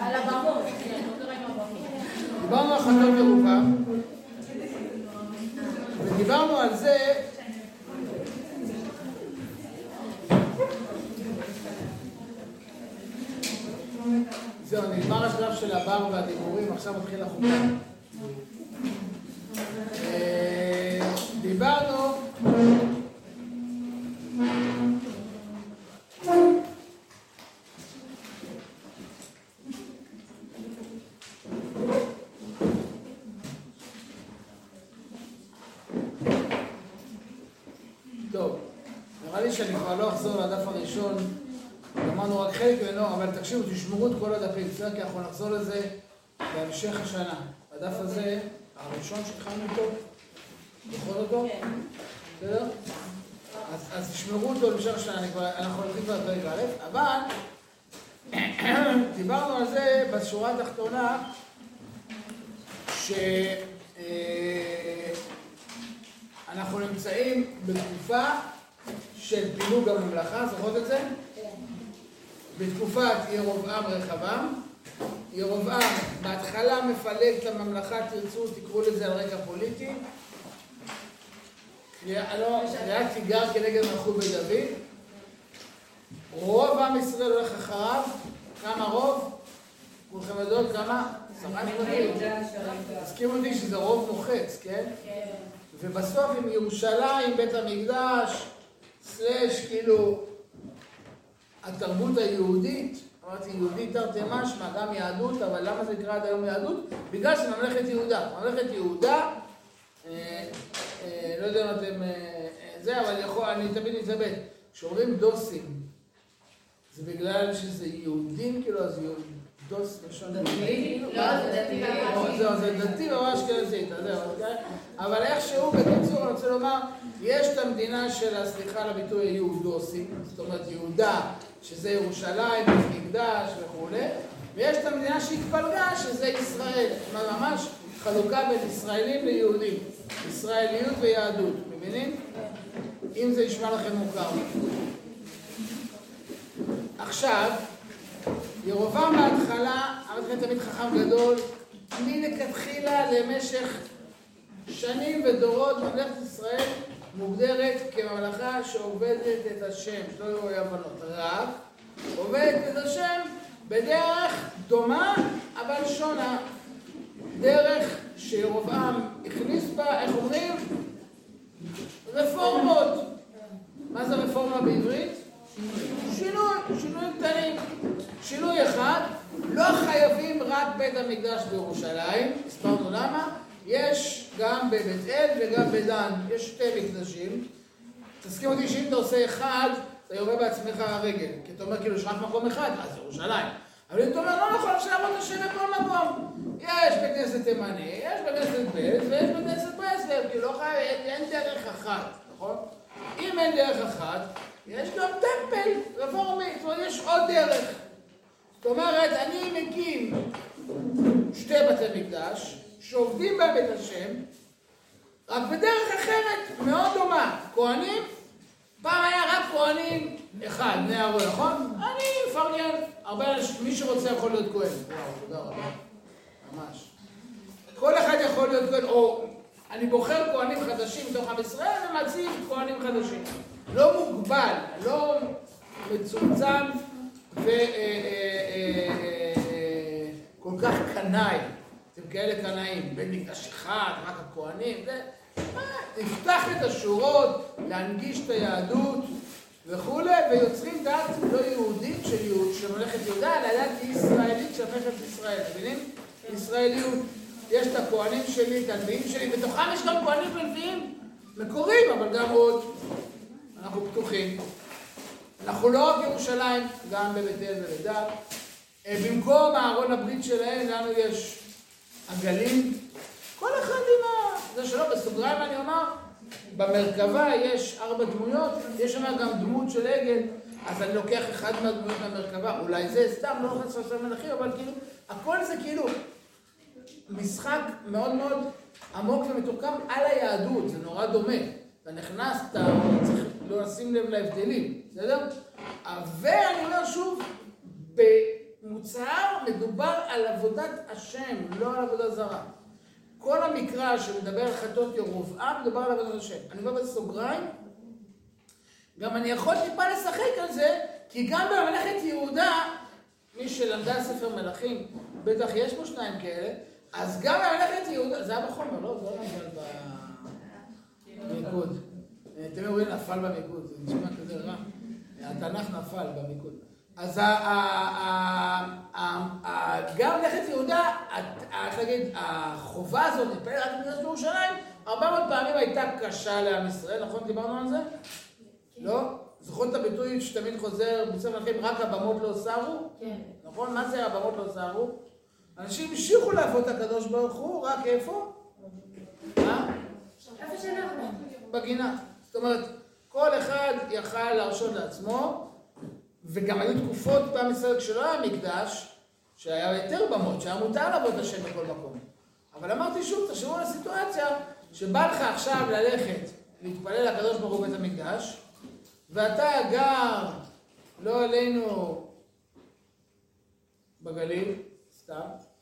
על הבמות. דיברנו על חתול ירובעם, ודיברנו על זה זהו, נגמר השלב של הבר והדיבורים, עכשיו מתחיל החוקה. דיברנו טוב, נראה לי שאני כבר לא אחזור לדף הראשון, אמרנו רק חלק ממנו, אבל תקשיבו, תשמרו את כל הדפים, כי אנחנו נחזור לזה בהמשך השנה. הדף הזה, הראשון שהתחלנו אותו, זוכר אותו? בסדר? אז תשמרו אותו בהמשך השנה, אנחנו הולכים כבר בפרק א', אבל דיברנו על זה בשורה התחתונה, שאנחנו נמצאים בתקופה של פילוג הממלכה, זוכרות את זה? בתקופת ירובעם רחבעם. ירובעם בהתחלה מפלג את הממלכה, תרצו, תקראו לזה על רקע פוליטי. קריאת תיגר כנגד מלכות בית דוד. רוב עם ישראל הולך אחריו. כמה רוב? כולכם יודעות כמה? 10 נקודות. תסכימו אותי שזה רוב מוחץ, כן? ובסוף עם ירושלים, בית המקדש, סלש כאילו התרבות היהודית, אמרתי יהודית תרתי משמע, גם יהדות, אבל למה זה נקרא עד היום יהדות? בגלל שזה ממלכת יהודה. ממלכת יהודה, לא יודע אם אתם זה, אבל אני תמיד מתלבט. כשאומרים דוסים, זה בגלל שזה יהודים, כאילו, אז דוס לשון יהודי? לא, זה דתי ממש. זהו, זה דתי ממש אשכנזית, אבל איכשהו, בקיצור, אני רוצה לומר, יש את המדינה של, סליחה על הביטוי, יהודוסים, זאת אומרת יהודה, שזה ירושלים, מקדש וכו', ויש את המדינה שהתפלגה, שזה ישראל. זאת אומרת, ממש חלוקה בין ישראלים ליהודים, ישראליות ויהדות, מבינים? אם זה ישמע לכם מוכר. עכשיו, ירובעם בהתחלה, אמרתי לכם תמיד חכם גדול, מלכתחילה למשך שנים ודורות ממלכת ישראל מוגדרת כממלכה שעובדת את השם, שלא יהיו הבנות, רק עובדת את השם בדרך דומה אבל שונה, דרך שירובעם הכניס בה, איך אומרים? רפורמות. מה זה רפורמה בעברית? שינוי קטנים. שינוי אחד, לא חייבים רק בית המקדש בירושלים, הסברנו למה, יש גם בבית אל וגם בדן, יש 2 מקדשים. תסכים אותי שאם אתה עושה אחד, אתה יורה בעצמך הרגל, כי אתה אומר כאילו יש רק מקום אחד, אז ירושלים. אבל אם אתה אומר, לא נכון, אפשר לעבוד השם בכל מקום. יש בית כנסת תימני, יש בית כנסת בית, ויש בית כנסת ברסלב, כי לא חייב, אין דרך אחת, נכון? אם אין דרך אחת, יש גם טמפל רפורמי, זאת אומרת, יש עוד דרך. זאת אומרת, אני מקים 2 בתי מקדש, שעובדים בהם את השם, רק בדרך אחרת, מאוד דומה. כהנים, פעם היה רק כהנים אחד, בני אהרון, נכון? אני מפרגן, הרבה אנשים, מי שרוצה יכול להיות כהן. וואו, תודה רבה. ממש. כל אחד יכול להיות כהן, או אני בוחר כהנים חדשים מתוך עם ישראל, ומציב כהנים חדשים. לא מוגבל, לא מצומצם וכל כך קנאי. אתם כאלה קנאים, בין מקדש אחד, רק הכהנים, נפתח את השורות, להנגיש את היהדות וכו', ויוצרים דת לא יהודית של ממלכת יהודה, אלא דת ישראלית של ממלכת ישראל. מבינים? ישראליות. יש את הכהנים שלי, את הלוויים שלי, בתוכם יש גם כהנים ולוויים מקוריים, אבל גם עוד. אנחנו פתוחים. אנחנו לא רק ירושלים, גם בבית אל ובדן. במקום הארון הברית שלהם, לנו יש עגלים. כל אחד עם זה שלא, בסוגריים אני אומר, במרכבה יש 4 דמויות, יש שם גם דמות של עגל, אז אני לוקח אחד מהדמויות מהמרכבה, אולי זה סתם, לא חסר שם מלכים, אבל כאילו, הכל זה כאילו משחק מאוד מאוד עמוק ומתוחכם על היהדות, זה נורא דומה. אתה נכנס, אתה צריך לא לשים לב להבדלים, בסדר? ואני אומר שוב, במוצר מדובר על עבודת השם, לא על עבודה זרה. כל המקרא שמדבר על חטאות ירבעם מדובר על עבודת השם. אני אומר בסוגריים, גם אני יכול טיפה לשחק על זה, כי גם בממלכת יהודה, מי שלמדה ספר מלכים, בטח יש פה 2 כאלה, אז גם בממלכת יהודה, זה היה בחומר, לא? זה לא נגל במיקוד. אתם רואים, נפל במיקוד, זה נשמע כזה רע. התנ"ך נפל במיקוד. אז גם ממלכת יהודה, איך להגיד, החובה הזאת, להתפלל רק במקדש בירושלים, 400 פעמים הייתה קשה לעם ישראל, נכון? דיברנו על זה? לא? זוכרות את הביטוי שתמיד חוזר בספר מלכים, רק הבמות לא סרו? כן. נכון? מה זה הבמות לא סרו? אנשים המשיכו לעבוד את הקדוש ברוך הוא, רק איפה? איפה שאנחנו? בגינה. זאת אומרת, כל אחד יכל להרשות לעצמו, וגם היו תקופות פעם ישראל כשלא היה מקדש, שהיה יותר במות, שהיה מותר לעבוד את השם בכל מקום. אבל אמרתי שוב, תחשבו על הסיטואציה, שבא לך עכשיו ללכת להתפלל לקדוש ברוך הוא בית המקדש, ואתה גר, לא עלינו, בגליל, סתם,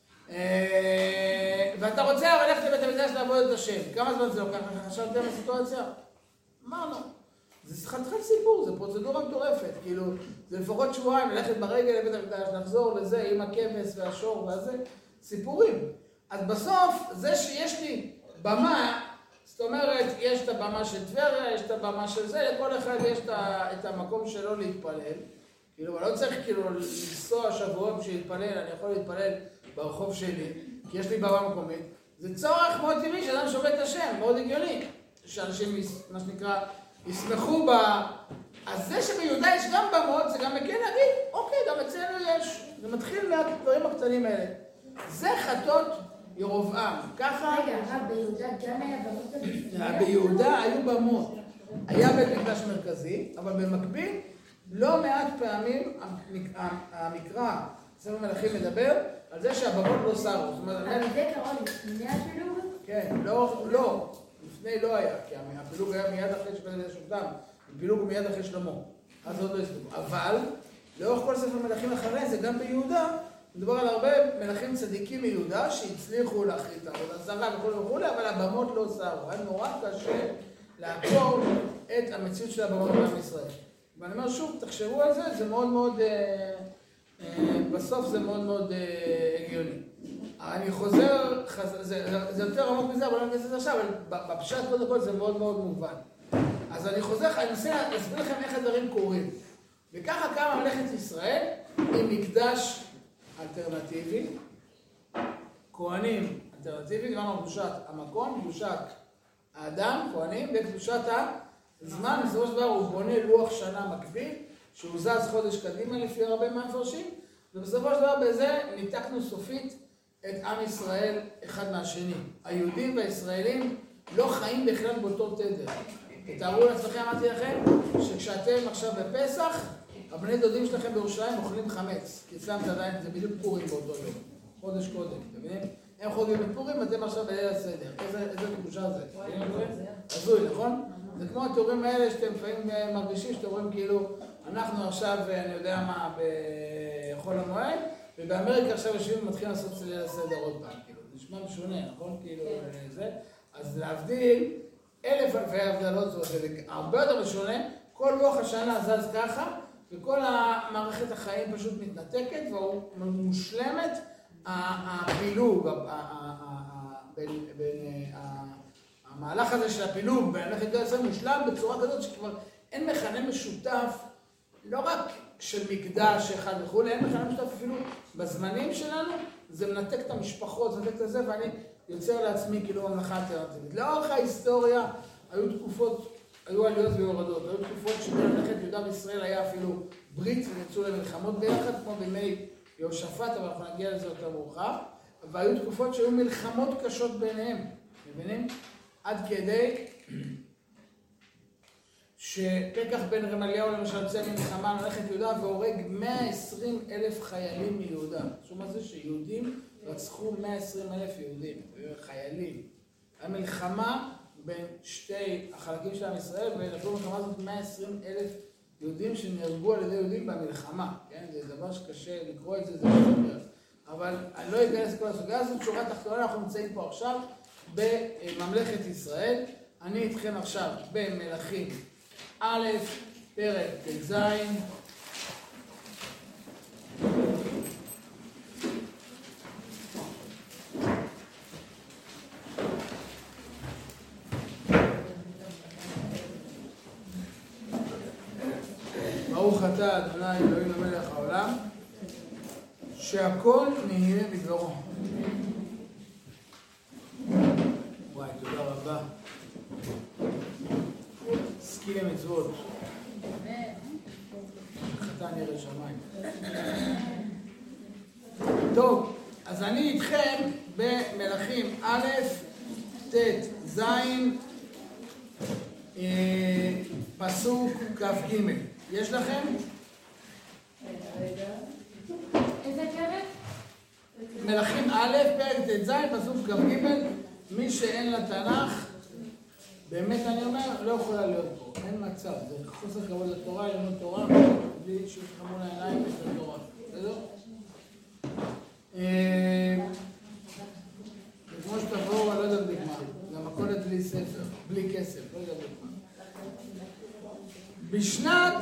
ואתה רוצה ללכת לבית המקדש לעבוד את השם. כמה זמן זה לוקח לך? חשבתם על הסיטואציה? אמרנו. זה חתיכת סיפור, זה פרוצדורה מטורפת. כאילו, זה לפחות שבועיים, ללכת ברגל לבית המקדש, לחזור לזה עם הכבש והשור והזה, סיפורים. אז בסוף, זה שיש לי במה, זאת אומרת, יש את הבמה של טבריה, יש את הבמה של זה, לכל אחד יש את המקום שלו להתפלל. כאילו, אני לא צריך כאילו לנסוע שבועות בשביל להתפלל, אני יכול להתפלל ברחוב שלי, כי יש לי במה מקומית. זה צורך מאוד טבעי שאדם שומע את השם, מאוד הגיוני. שאנשים, מה שנקרא, ישמחו בה. אז זה שביהודה יש גם במות, זה גם מכן להגיד, אוקיי, גם אצלנו יש. זה מתחיל מהדברים הקטנים האלה. זה חטאות ירבעם. ככה... רגע, אבל ביהודה גם היה במות? ביהודה היו במות. היה בית מקדש מרכזי, אבל במקביל, לא מעט פעמים המקרא, ספר מלכים מדבר, על זה שהבמות לא סרו. אבל זה קרוב לפני הפילוג? כן, לא. לפני לא היה, כי הפילוג היה מיד אחרי שבית שופטם, הפילוג הוא מיד אחרי שלמה, אז עוד לא הסתובבו. אבל, לאורך כל ספר מלכים אחרי זה, גם ביהודה, מדובר על הרבה מלכים צדיקים מיהודה שהצליחו להכריע את העבודה זרה וכו', אבל הבמות לא סרו. היה נורא קשה לעקור את המציאות של הבמות בעם ישראל. ואני אומר שוב, תחשבו על זה, זה מאוד מאוד, בסוף זה מאוד מאוד הגיוני. אני חוזר, זה יותר עמוק מזה, אבל אני אעשה את זה עכשיו, אבל בפשט קודם כל זה מאוד מאוד מובן. אז אני חוזר, אני אנסה להסביר לכם איך הדברים קורים. וככה קמה ממלכת ישראל עם מקדש אלטרנטיבי, כהנים אלטרנטיבי, דיברנו על קדושת המקום, קדושת האדם, כהנים, וקדושת הזמן. בסופו של דבר הוא בונה לוח שנה מקביל, שהוא זז חודש קדימה לפי הרבה מהמפרשים, ובסופו של דבר בזה ניתקנו סופית את עם ישראל אחד מהשני. היהודים והישראלים לא חיים בכלל באותו תדר. תתארו לעצמכם, אמרתי לכם, שכשאתם עכשיו בפסח, הבני דודים שלכם בירושלים אוכלים חמץ, כי אצלם זה עדיין, זה בדיוק פורים באותו יום, חודש קודם, אתם מבינים? הם חוגגים את פורים, אתם עכשיו בליל הסדר. איזה תחושה זה? הזוי, נכון? זה כמו התיאורים האלה שאתם לפעמים מרגישים, שאתם רואים כאילו, אנחנו עכשיו, אני יודע מה, בחול המועד, ובאמריקה עכשיו יושבים ומתחילים לעשות ליל הסדר עוד פעם, כאילו, זה נשמע משונה, נכון? כאילו, זה. אז להבדיל, 1000 אלפי הבדלות, זה הרבה יותר משונה, כל לוח השנה זז ככה, וכל המערכת החיים פשוט מתנתקת, ומושלמת הפילוג, המהלך הזה של הפילוג בממלכת ישראל מושלם בצורה כזאת שכבר אין מכנה משותף, לא רק של מקדש אחד וכו', אין מכנה משותף אפילו בזמנים שלנו, זה מנתק את המשפחות, זה מנתק את זה, ואני יוצר לעצמי כאילו ממלכה אלטרנטיבית. לאורך ההיסטוריה היו תקופות, היו עליות ויורדות, היו תקופות שבממלכת יהודה וישראל היה אפילו ברית ויצאו למלחמות ביחד, כמו בימי יהושפט, אבל אנחנו נגיע לזה יותר מאוחר, והיו תקופות שהיו מלחמות קשות ביניהם, מבינים? עד כדי שפקח בן רמליהו למשל יוצא ממלחמה ממלכת יהודה והורג 120,000 חיילים מיהודה. שוב מה זה שיהודים רצחו 120,000 יהודים, חיילים. המלחמה בין שתי החלקים של עם ישראל, ולפעמים המלחמה הזאת 120,000 יהודים שנהרגו על ידי יהודים במלחמה, כן? זה דבר שקשה לקרוא את זה, זה לא סוגר. אבל אני לא אכנס לכל הסוגיה הזאת, שורה תחתונה, אנחנו נמצאים פה עכשיו בממלכת ישראל. אני איתכם עכשיו במלכים א', פרק ט"ז. ברוך אתה אדוני אלוהינו מלך העולם, שהכל נהיה בדברו. וואי, תודה רבה. סקי למצוות. חתן ירא שמיים. טוב, אז אני איתכם במלכים א', ט', ז', פסוק כ"ג. יש לכם? איזה פרק? מלכים א', פרק ט"ז, פסוק כ"ג. מי שאין לה תנ"ך, באמת אני אומר, לא יכולה להיות פה. אין מצב, זה חוסר כבוד לתורה, ללמוד תורה, בלי שיתחמו לעיניים את התורה. בסדר? כמו שתבואו, אני לא יודע בדיוק מה, למכולת בלי ספר, בלי כסף, לא יודע בדיוק מה. בשנת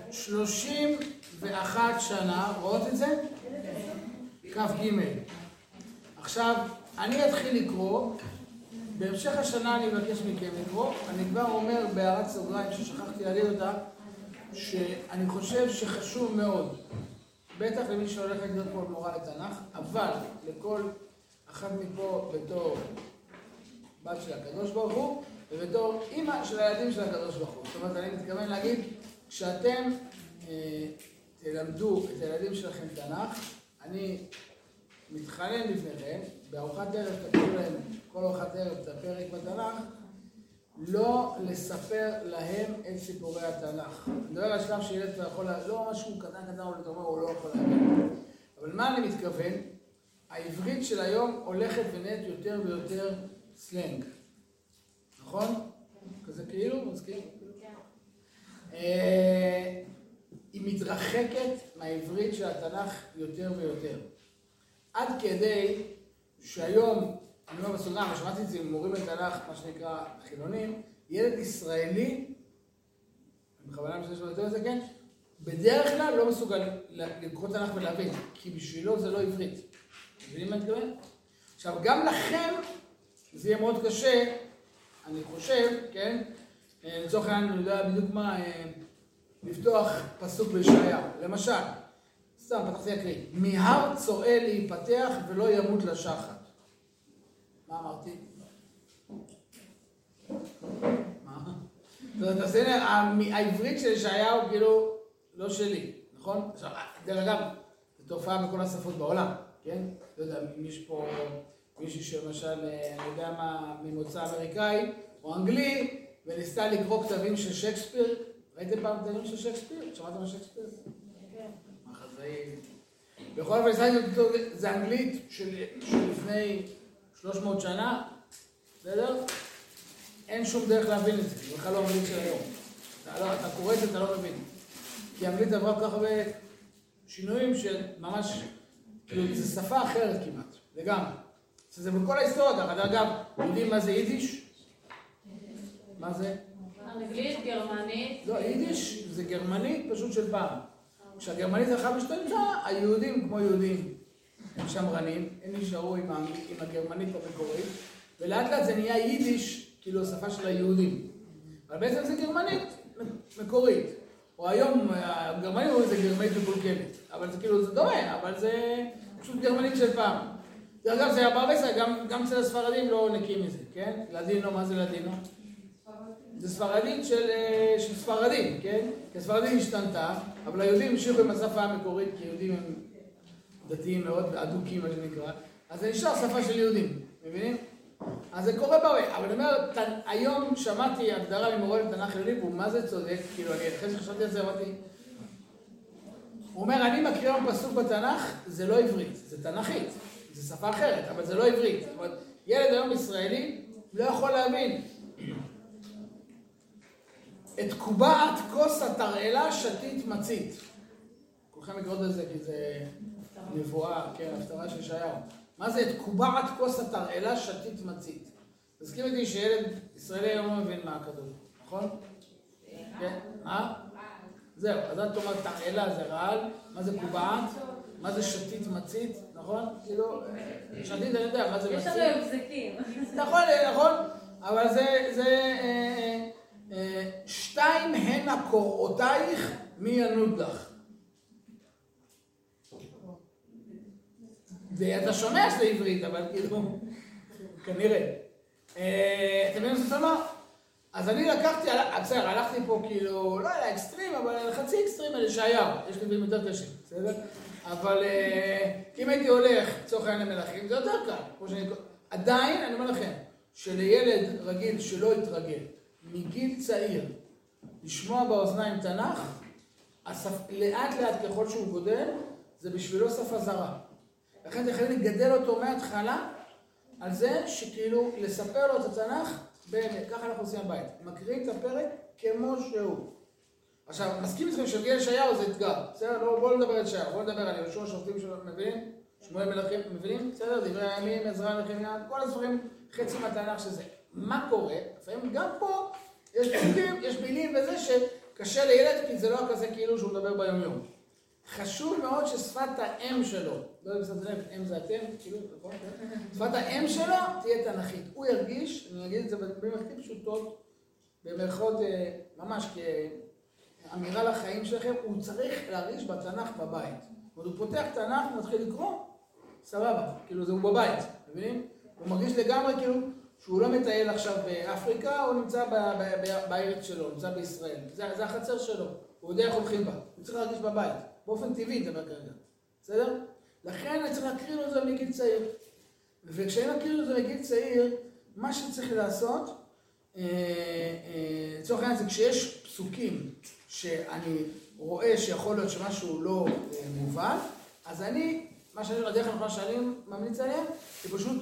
31 שנה, רואות את זה? כ"ג. עכשיו, אני אתחיל לקרוא, בהמשך השנה אני מבקש מכם לקרוא, אני כבר אומר בהערת סוגריים ששכחתי להגיד אותה, שאני חושב שחשוב מאוד, בטח למי שהולך להיות פה מורה לתנ"ך, אבל לכל אחת מפה בתור בת של הקדוש ברוך הוא, ובתור אימא של הילדים של הקדוש ברוך הוא. זאת אומרת, אני מתכוון להגיד, כשאתם תלמדו את הילדים שלכם תנ"ך, אני מתחנן בפניכם, בארוחת ערב תקראו להם כל ארוחת ערב את הפרק בתנ"ך, לא לספר להם את סיפורי התנ"ך. אני מדבר על שלב שילד כבר יכול, לא משהו קטן הוא לא יכול להגיד. אבל מה אני מתכוון? העברית של היום הולכת ונהיית יותר ויותר סלנג. נכון? כזה כאילו? מזכיר? היא מתרחקת מהעברית של התנ"ך יותר ויותר. עד כדי שהיום, אני אומר בסוגריים, שמעתי את זה עם מורים לתנ"ך, מה שנקרא חילונים, ילד ישראלי, אני בכוונה משתמש ביותר לזה, כן? בדרך כלל לא מסוגל לקרוא תנ"ך ולהבין, כי בשבילו זה לא עברית. מבינים מה אני מתכוון? עכשיו, גם לכם זה יהיה מאוד קשה, אני חושב, כן? לצורך העניין, אני יודע בדיוק מה, לפתוח פסוק בישעיהו. למשל, סתם, פתחתי להקריא. מהר צועה להיפתח ולא ימות לשחת. מה אמרתי? מה? זאת אומרת, העברית של ישעיהו כאילו לא שלי, נכון? עכשיו, דרך אגב, זו תופעה בכל השפות בעולם, כן? לא יודע, אם יש פה מישהו שלמשל, אני יודע מה, ממוצא אמריקאי או אנגלי, וניסתה לקרוא כתבים של שייקספיר. ראיתם פעם כתבים של שייקספיר? שמעתם על שייקספיר? כן. מחזאי. בכל אופן, זה אנגלית של לפני 300 שנה, בסדר? אין שום דרך להבין את זה, זה בכלל לא אנגלית של היום. אתה קורא את זה, אתה לא מבין. כי אנגלית עברה כל כך הרבה שינויים שממש, זה שפה אחרת כמעט, לגמרי. זה בכל ההיסטוריה, אגב, יודעים מה זה יידיש? מה זה? אנגלית, גרמנית. לא, יידיש זה גרמנית פשוט של פעם. כשהגרמנית הלכה משתמשה, היהודים כמו יהודים הם שמרנים, הם נשארו עם הגרמנית המקורית, ולאט לאט זה נהיה יידיש, כאילו השפה של היהודים. אבל בעצם זה גרמנית מקורית. או היום הגרמנים אומרים זה גרמנית מקולקלת. אבל זה כאילו, זה דומה, אבל זה פשוט גרמנית של פעם. דרך אגב, זה היה בסדר, גם אצל הספרדים לא נקים מזה, כן? לדינו, מה זה לדינו? זה ספרדית של ספרדים, כן? כי הספרדית השתנתה, אבל היהודים המשיכו עם השפה המקורית, כי יהודים הם דתיים מאוד, אדוקים, מה שנקרא. אז זה נשאר שפה של יהודים, מבינים? אז זה קורה בהרבה, אבל אני אומר, היום שמעתי הגדרה ממורה לתנ"ך יהודי, והוא מה זה צודק, כאילו, אחרי שחשבתי על זה, אמרתי, הוא אומר, אני מקריא היום פסוק בתנ"ך, זה לא עברית, זה תנ"כית, זה שפה אחרת, אבל זה לא עברית. זאת אומרת, ילד היום ישראלי לא יכול להבין. את קובעת כוס התרעלה שתית מצית. כולכם לקרוא את זה כי זה נבואה, כן, הפטרה של ישעיהו. מה זה את קובעת כוס התרעלה שתית מצית? תסכים איתי שילד ישראלי היום לא מבין מה הכדור, נכון? כן, זהו, אז את אומרת תרעלה זה רעל, מה זה קובעת? מה זה שתית מצית, נכון? כאילו, שתית אני יודע, מה זה מצית? יש לנו הבזקים. נכון, נכון, אבל זה שתיים הנה קוראותייך מי ינוד לך. אתה שומע שזה עברית, אבל כאילו, כנראה. אתם יודעים מה זאת אומרת? אז אני לקחתי, בסדר, הלכתי פה כאילו, לא היה אקסטרים, אבל חצי אקסטרים על ישעיהו, יש לי דברים יותר קשים, בסדר? אבל אם הייתי הולך, צורך העניין למלכים, זה יותר קל. עדיין, אני אומר לכם, שלילד רגיל שלא יתרגל, מגיל צעיר, לשמוע באוזניים תנ"ך, לאט לאט ככל שהוא גודל, זה בשבילו שפה זרה. לכן אתם יכולים לגדל אותו מההתחלה, על זה שכאילו לספר לו את התנ"ך, באמת, ככה אנחנו עושים בבית. מקריאים את הפרק כמו שהוא. עכשיו, מסכים איתכם שגיל ישעיהו זה אתגר. בסדר? בואו נדבר על ישעיהו. בואו נדבר על יהושע השופטים שלו, מבינים? שמואל מלכים, מבינים? בסדר? דברי הימים, עזרא נחמיה, כל הספרים, חצי מהתנ"ך שזה. מה קורה? לפעמים גם פה יש פסוקים, יש מילים וזה שקשה לילד, כי זה לא כזה כאילו שהוא מדבר ביום-יום. חשוב מאוד ששפת האם שלו, לא יודע בסדר לב, אם זה אתם, כאילו, נכון? שפת האם שלו תהיה תנ"כית. הוא ירגיש, אני אגיד את זה במחתי פשוטות, במרכאות ממש כאמירה לחיים שלכם, הוא צריך להרגיש בתנ"ך בבית. עוד הוא פותח תנ"ך, הוא מתחיל לקרוא, סבבה, כאילו זה הוא בבית, מבינים? הוא מרגיש לגמרי כאילו שהוא לא מטייל עכשיו באפריקה, הוא נמצא בארץ שלו, נמצא בישראל. זה החצר שלו, הוא יודע איך הולכים בה, הוא צריך להרגיש בבית. באופן טבעי דבר כרגע, בסדר? לכן אני צריך להקריא לו את זה מגיל צעיר. וכשאני מקריא לו את זה מגיל צעיר, מה שצריך לעשות, לצורך העניין זה כשיש פסוקים שאני רואה שיכול להיות שמשהו לא מובן, אז אני, מה שאני הדרך הנכונה שאני ממליץ עליהם, זה פשוט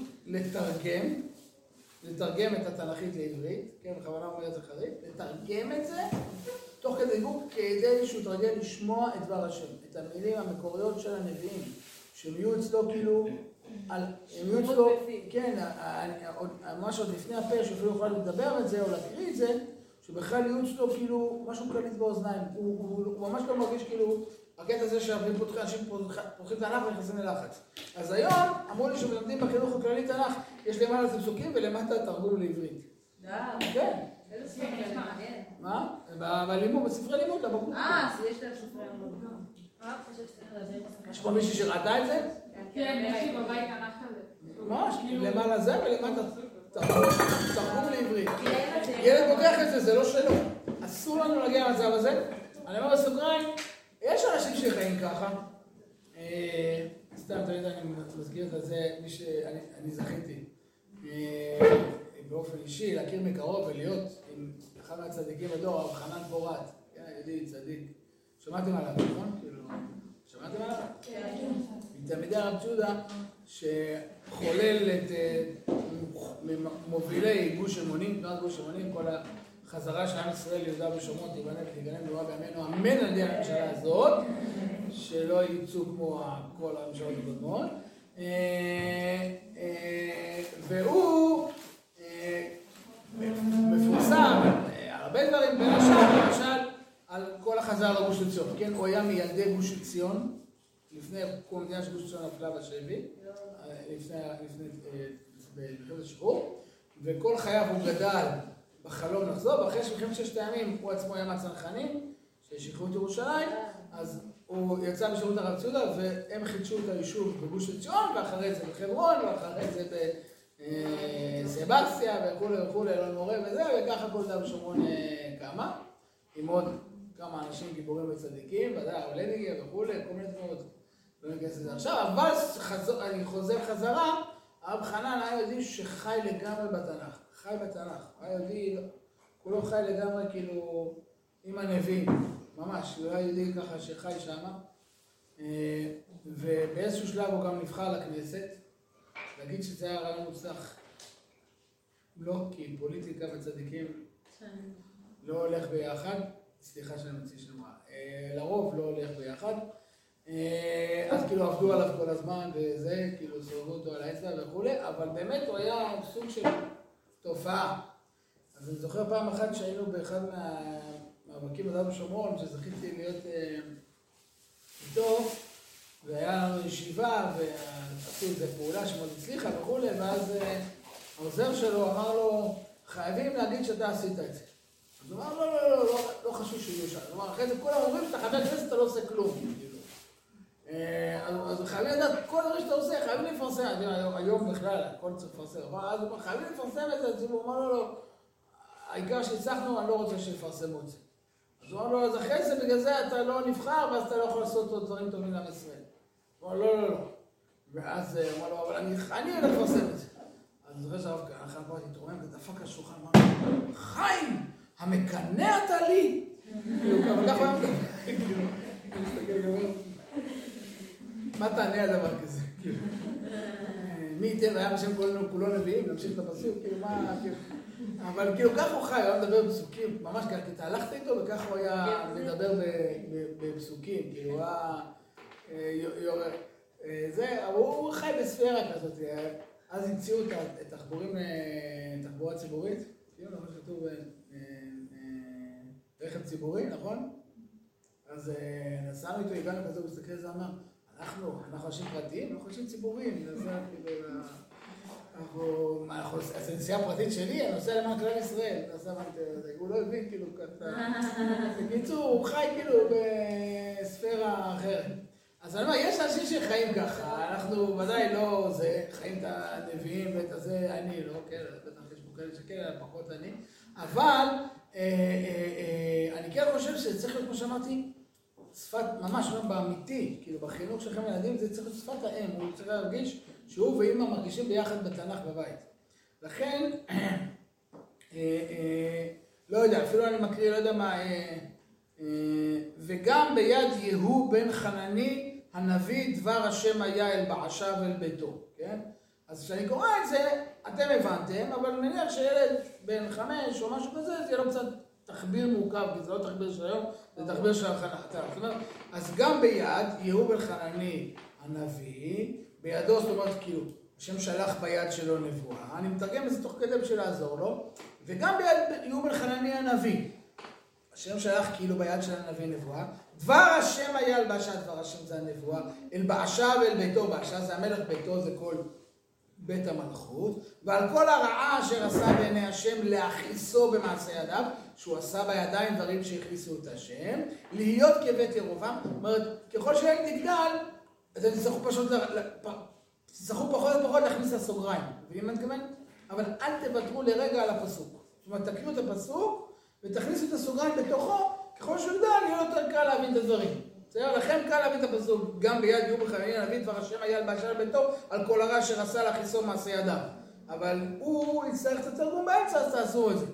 לתרגם את התנ"כית לעברית, כן, בכוונה אומר את זה חריף, לתרגם את זה, תוך כדי דיבור, כדי שהוא יתרגל לשמוע את דבר השם, את המילים המקוריות של הנביאים, שהם יהיו אצלו כאילו, הם יהיו אצלו, כן, ממש עוד לפני הפה, שאפילו יוכל לדבר את זה או להקריא את זה, שבכלל יהיו אצלו כאילו משהו קליט באוזניים, הוא ממש לא מרגיש כאילו, הקטע הזה שאנשים פותחים תנ"ך ונכנסים ללחץ. אז היום אמרו לי שמלמדים בחינוך הכללי תנ"ך, יש למעלה זה פסוקים ולמטה תרגום לעברית. כן. איזה ספר מעניין. מה? בלימוד, בספרי לימוד, לבגרות. יש להם ספרי לימוד. יש פה מישהי שראתה את זה? כן, יש לי בבית תנ"ך כזה. ממש, למעלה זה ולמטה תרגום לעברית. ילד פותח את זה, זה לא שלו. אסור לנו להגיע למצב הזה. אני אומר בסוגריים, יש אנשים שחיים ככה. סתם, אתה יודע, אני מזכיר את זה, מי שאני זכיתי. באופן אישי, להכיר מקרוב ולהיות עם אחד מהצדיקים בדור, הרב חנן פורת, ידיד, צדיק. שמעתם עליו, נכון? שמעתם עליו? כן. מתלמידי הרב צ'ודה, שחולל את מובילי גוש אמונים, תנועת גוש אמונים, כל החזרה של עם ישראל ליהודה ושומרון, תיגנב במהרה בימינו, אמן על ידי הממשלה הזאת, שלא יצאו כמו כל הממשלות הקודמות. והוא מפורסם, הרבה דברים בין השאר, למשל, על כל החזרה לגוש עציון. כן, הוא היה מילדי גוש עציון, לפני קום המדינה של גוש עציון נפלה בשבי, לפני מלחמת השחרור, וכל חייו הוא גדל בחלום לחזור, ואחרי שמלחמת ששת הימים הוא עצמו היה מהצנחנים, ששחררו את ירושלים, אז הוא יצא בשירות הרב צודה, והם חידשו את היישוב בגוש עציון, ואחרי זה בחברון, ואחרי זה בסבסטיה, וכו', אלון מורה וזה, וככה כל זה בשומרון קמה, עם עוד כמה אנשים גיבורים וצדיקים, ודאי, הולניגר וכו', כל מיני דמות. לא ניכנס לזה עכשיו, אבל אני חוזר חזרה, הרב חנן היה יהודי שחי לגמרי בתנ"ך, חי בתנ"ך, היה יהודי, כולו חי לגמרי כאילו עם הנביאים, ממש, הוא היה יהודי ככה שחי שמה, ובאיזשהו שלב הוא גם נבחר לכנסת, להגיד שזה היה רעיון מוצלח, לא, כי פוליטיקה וצדיקים לא הולך ביחד, סליחה שאני מציע שלמה, לרוב לא הולך ביחד, אז כאילו עבדו עליו כל הזמן וזה, כאילו סובבו אותו על האצבע וכולי, אבל באמת הוא היה סוג של תופעה. אז אני זוכר פעם אחת שהיינו באחד מהמאבקים בדרום ושומרון, שזכיתי להיות איתו, והיה לנו ישיבה, ועשו איזו פעולה שמאוד הצליחה וכולי, ואז העוזר שלו אמר לו, חייבים להגיד שאתה עשית את זה. אז הוא אמר, לא חשוב שיהיו שם. הוא אמר, אחרי זה כולם אומרים שאתה חבר כנסת, אתה לא עושה כלום. אז חייבים לדעת, כל דברים שאתה עושה, חייבים לפרסם. היום בכלל, הכל צריך לפרסם. אז הוא אמר, חייבים לפרסם את זה. הוא אמר לו, העיקר שהצלחנו, אני לא רוצה שיפרסמו את זה. אז הוא אמר לו, אז אחרי זה, בגלל זה אתה לא נבחר, ואז אתה לא יכול לעשות עוד דברים טובים לעם ישראל. הוא אמר, לא. ואז הוא אמר לו, אבל אני הולך לפרסם את זה. אז זוכר שהרב כהנא פה התרומם ודפק על השולחן, אמר לו, חיים, המקנא אתה לי? אבל ככה הוא היה מה תענה על דבר כזה? מי ייתן, היה בשם כולו נביאים, נמשיך את הפסוק, כאילו מה, אבל כאילו ככה הוא חי, הוא היה מדבר בפסוקים, ממש ככה, כי אתה הלכת איתו וככה הוא היה מדבר בפסוקים, כאילו הוא היה זה, הוא חי בספירה כזאת, אז המציאו את תחבורה ציבורית, כאילו מה שכתוב רכב ציבורי, נכון? אז נסענו איתו, הגענו כזה, הוא מסתכל זה אמר, אנחנו אנשים פרטיים, אנחנו אנשים ציבוריים, זה נסיעה פרטית שלי, אני נוסע למען כלל ישראל, הוא לא הבין כאילו ככה, בקיצור, הוא חי כאילו בספירה אחרת. אז אני אומר, יש אנשים שחיים ככה, אנחנו ודאי לא זה, חיים את הנביאים ואת הזה, אני לא, כן, בטח יש פה כאלה שכן, פחות אני, אבל אני כן חושב שצריך להיות, כמו שאמרתי, שפת, ממש באמיתי, כאילו בחינוך שלכם ילדים, זה צריך להיות שפת האם, הוא צריך להרגיש שהוא ואמא מרגישים ביחד בתנ"ך בבית. לכן, לא יודע, אפילו אני מקריא, לא יודע מה, וגם ביד יהוא בן חנני הנביא דבר השם היה אל בעשיו ואל ביתו, כן? אז כשאני קורא את זה, אתם הבנתם, אבל אני מניח שילד בן 5 או משהו כזה, זה יהיה לו קצת תחביר מורכב, כי זה לא תחביר של היום, זה תחביר של החנתה. זאת אומרת, אז גם ביד יהוא בן חנני הנביא, בידו, זאת אומרת, כאילו, השם שלח ביד שלו נבואה, אני מתרגם את זה תוך כדי בשביל לעזור לו, וגם ביד יהוא בן חנני הנביא, השם שלח כאילו ביד של הנביא נבואה, דבר השם היה אל בעשה, דבר השם זה הנבואה, אל בעשה ואל ביתו, בעשה זה המלך, ביתו זה כל בית המלכות, ועל כל הרעה אשר עשה בעיני השם להכעיסו במעשה ידיו, שהוא עשה בידיים דברים שהכעיסו את השם, להיות כבית ירובעם, זאת אומרת, ככל שהם תגדל, אתם תצטרכו פחות ופחות להכניס לסוגריים, ואם אני מתכוון, אבל אל תוותרו לרגע על הפסוק. זאת אומרת, תקריאו את הפסוק ותכניסו את הסוגריים בתוכו, ככל שהוא יגדל, יהיה יותר קל להבין את הדברים. בסדר? לכם קל להבין את הפסוק, גם ביד יהוא בן חנני הנביא דבר השם היה אל בעשה ואל ביתו, על כל הרע אשר עשה להכעיסו מעשה ידיו. אבל הוא יצטרך את התרגום באמצע, אז תעשו את זה.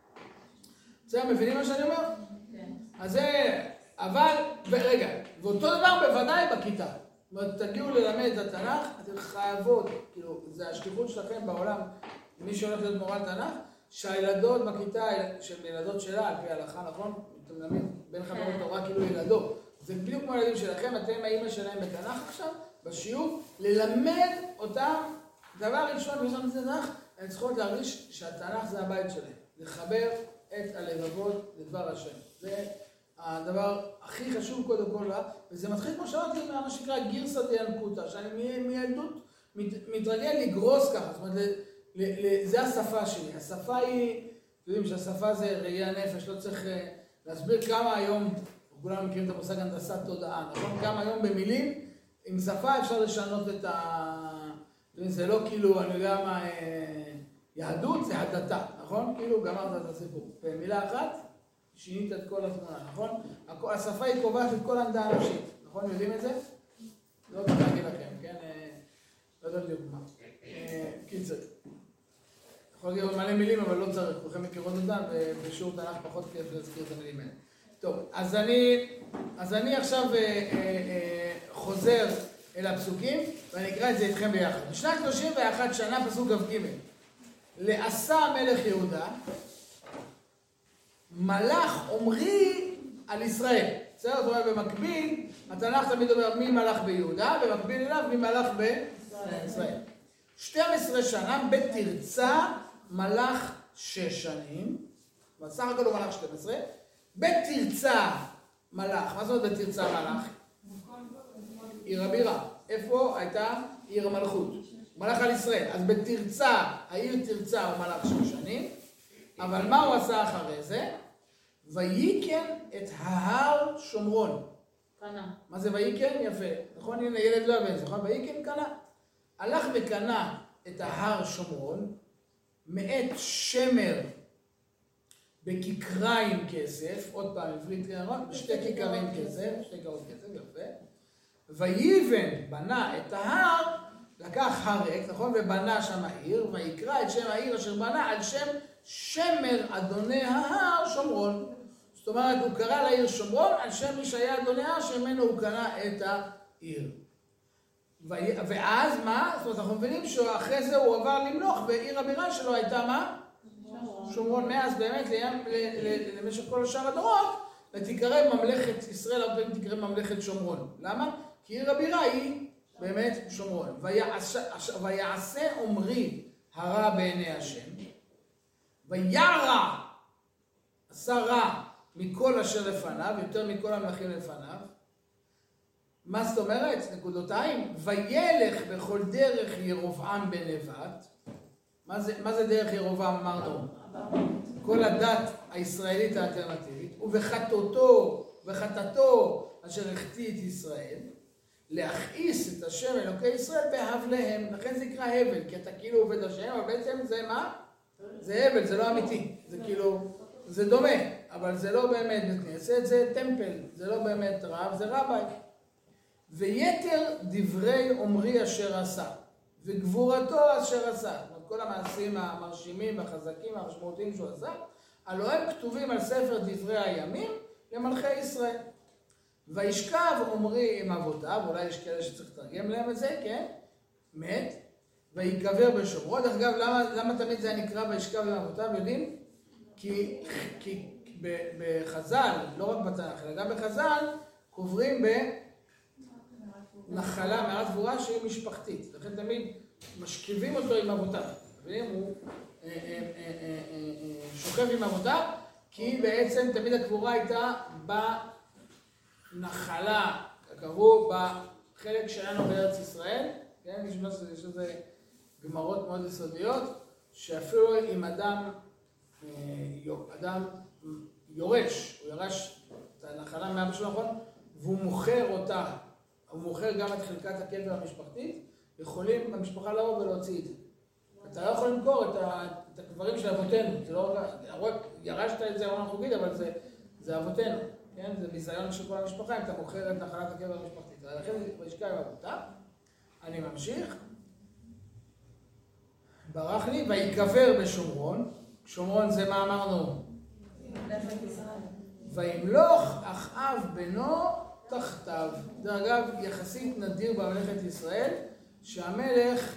בסדר? מבינים מה שאני אומר? כן. אז זה, אבל, רגע, ואותו דבר בוודאי בכיתה. זאת אומרת, תגיעו ללמד את התנ"ך, אתם חייבות, כאילו, זה השליחות שלכם בעולם, מי שהולך להיות מורה לתנ"ך, שהילדות בכיתה, שהן ילדות שלה, על פי ההלכה, נכון? אתם מלמד בין חברות תורה כאילו ילדות. זה בדיוק כמו ילדים שלכם, אתם האמא שלהם בתנ"ך עכשיו, בשיעור, ללמד אותם, דבר ראשון, ויש לנו את התנ"ך, הן צריכות להרגיש שהתנ"ך זה הבית שלהם. לחבר את הלבבות לדבר השם. זה הדבר הכי חשוב קודם כל, וזה מתחיל כמו שאמרתי, מה שנקרא גירסא דינקותא, שאני מילדות מתרגל לגרוס ככה, זאת אומרת, זה השפה שלי. השפה היא, אתם יודעים שהשפה זה ראייה נפש, לא צריך להסביר כמה היום, כולם מכירים את המושג הנדסת תודעה, נכון? כמה היום במילים, עם שפה אפשר לשנות את זה לא כאילו, אני יודע מה, יהדות זה הדתה, נכון? כאילו גמרת את הסיפור. במילה אחת, שינית את כל התמונה, נכון? השפה היא קובעת את כל העמדה האנושית, נכון? יודעים את זה? לא צריך להגיד לכם, כן? לא יודע בדיוק מה. קיצר. יכול להגיד מלא מילים, אבל לא צריך, כולכם מכירות אותם, ובשיעור תנ"ך פחות כיף להזכיר את המילים האלה. טוב, אז אני עכשיו חוזר אל הפסוקים, ואני אקרא את זה איתכם ביחד. בשנת 31 שנה, פסוק כ"ג, לעשה מלך יהודה, מלך עומרי על ישראל. בסדר? זאת אומרת, במקביל, התנ"ך תמיד אומר מי מלך ביהודה, במקביל אליו מי מלך בישראל. 12 שנה, בתרצה מלך 6 שנים, בסך הכל הוא מלך 12, בתרצה מלך, מה זאת אומרת בתרצה מלך? עיר הבירה. איפה הייתה עיר המלכות? הוא מלך על ישראל. אז בתרצה, העיר תרצה הוא מלך 6 שנים, אבל מה הוא עשה אחרי זה? ויקן את ההר שומרון. קנה. מה זה ויקן? יפה. נכון? הנה ילד לא יבין, נכון? ויקן קנה. הלך וקנה את ההר שומרון, מאת שמר בכיכריים כסף, עוד פעם עברית, בשתי כיכרים כסף, שתי כיכרות כסף, יפה. ויבן בנה את ההר, לקח הרק, נכון? ובנה שם העיר, ויקרא את שם העיר אשר בנה על שם שמר אדוני ההר שומרון. זאת אומרת, הוא קרא לעיר שומרון על שם מי שהיה אדוני ההר, שממנו הוא קנה את העיר. ואז מה? זאת אומרת, אנחנו מבינים שאחרי זה הוא עבר למלוך, ועיר הבירה שלו הייתה מה? שומרון. מאז באמת למשך כל השאר הדורות, ותקרא ממלכת ישראל, הרבה פעמים תקרא ממלכת שומרון. למה? כי עיר הבירה היא באמת שומרון. ויעשה עומרי הרע בעיני השם, וירע, עשה רע מכל אשר לפניו, יותר מכל המלכים לפניו. מה זאת אומרת? נקודותיים. וילך בכל דרך ירבעם בן נבט. מה זה דרך ירבעם? אמרנו. כל הדת הישראלית האלטרנטיבית. ובחטאתו אשר החטיא את ישראל, להכעיס את השם אלוקי ישראל בהבליהם. לכן זה נקרא הבל, כי אתה כאילו עובד השם, אבל בעצם זה מה? זה הבל, זה לא אמיתי. זה כאילו, זה דומה, אבל זה לא באמת בית כנסת, זה טמפל. זה לא באמת רב, זה רבי. ויתר דברי עומרי אשר עשה, וגבורתו אשר עשה, כל המעשים המרשימים והחזקים והמשמעותיים שהוא עשה, הלוא הם כתובים על ספר דברי הימים למלכי ישראל. וישכב עומרי עם אבותיו, אולי יש כאלה שצריך לתרגם להם את זה, כן? מת, ויקבר בשומרון. דרך אגב, למה תמיד זה נקרא וישכב עם אבותיו? יודעים? כי בחז"ל, לא רק בתנ"ך, אלא גם בחז"ל, קוברים נחלה, מערת גבורה שהיא משפחתית. לכן תמיד משכיבים אותו עם אבותיו. הוא שוכב עם אבותיו, כי בעצם תמיד הקבורה הייתה בנחלה, קבעו בחלק שלנו בארץ ישראל. כן? יש איזה גמרות מאוד יסודיות, שאפילו אם אדם יורש, הוא ירש את הנחלה מאבא שלו, נכון? והוא מוכר אותה, הוא מוכר גם את חלקת הקבר המשפחתית, יכולים במשפחה לבוא ולהוציא את זה. אתה לא יכול למכור את הקברים של אבותינו, זה לא רק, ירשת את זה עונה חוגית, אבל זה אבותינו, כן? זה ביזיון של כל המשפחה, אם אתה מוכר את נחלת הקבר המשפחתית. לכן זה ישכב עם אבותיו. אני ממשיך. ברח לי, ויקבר בשומרון. שומרון זה מה אמרנו? וימלוך אחאב בנו תחתיו. זה אגב יחסית נדיר בממלכת ישראל, שהמלך,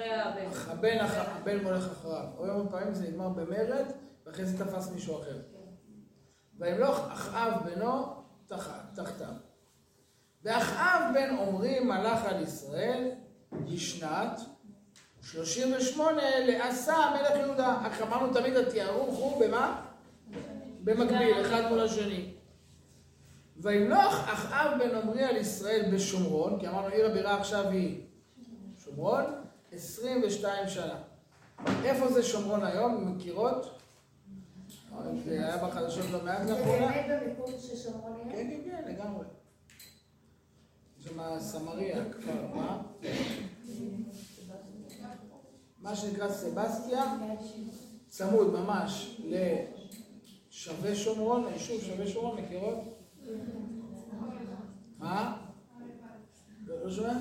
הבן מולך אחריו. או יום פעמים זה נגמר במרד, ואחרי זה תפס מישהו אחר. וימלוך אחאב בנו תחתיו. ואחאב בן עומרי מלך על ישראל בשנת 38 לעשה מלך יהודה. אמרנו תמיד התיארוך הוא במה? במקביל, אחד מול השני. וימלוך אחאב בן עומרי על ישראל בשומרון, כי אמרנו עיר הבירה עכשיו היא שומרון, 22 שנה. איפה זה שומרון היום? מכירות? זה היה בחדשות לא מעט לאחרונה. זה באמת במיקום של שומרון היום? כן, כן, כן, לגמרי. שמה סמריה, כפר, מה? מה שנקרא סבסטיה, צמוד ממש לשווה שומרון, היישוב שווה שומרון, מכירות? מה? לא שומע?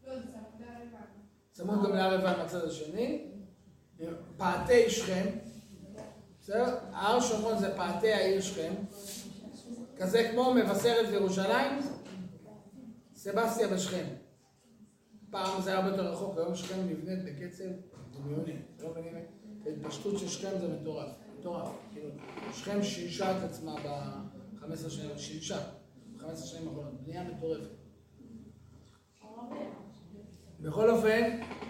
צמוד גם לערבה מהצד השני. פעתי שכם. בסדר? ההר שומרון זה פעתי העיר שכם. כזה כמו מבשרת וירושלים. סבסטיה בשכם. פעם זה היה הרבה יותר רחוק, והיום שכם נבנית בקצב דמיוני. לא מבינים? התפשטות של שכם זה מטורף. מטורף. שכם שילשה את עצמה ב-15 שנים, שילשה, ב-15 שנים האחרונות, בנייה מטורפת. בכל אופן,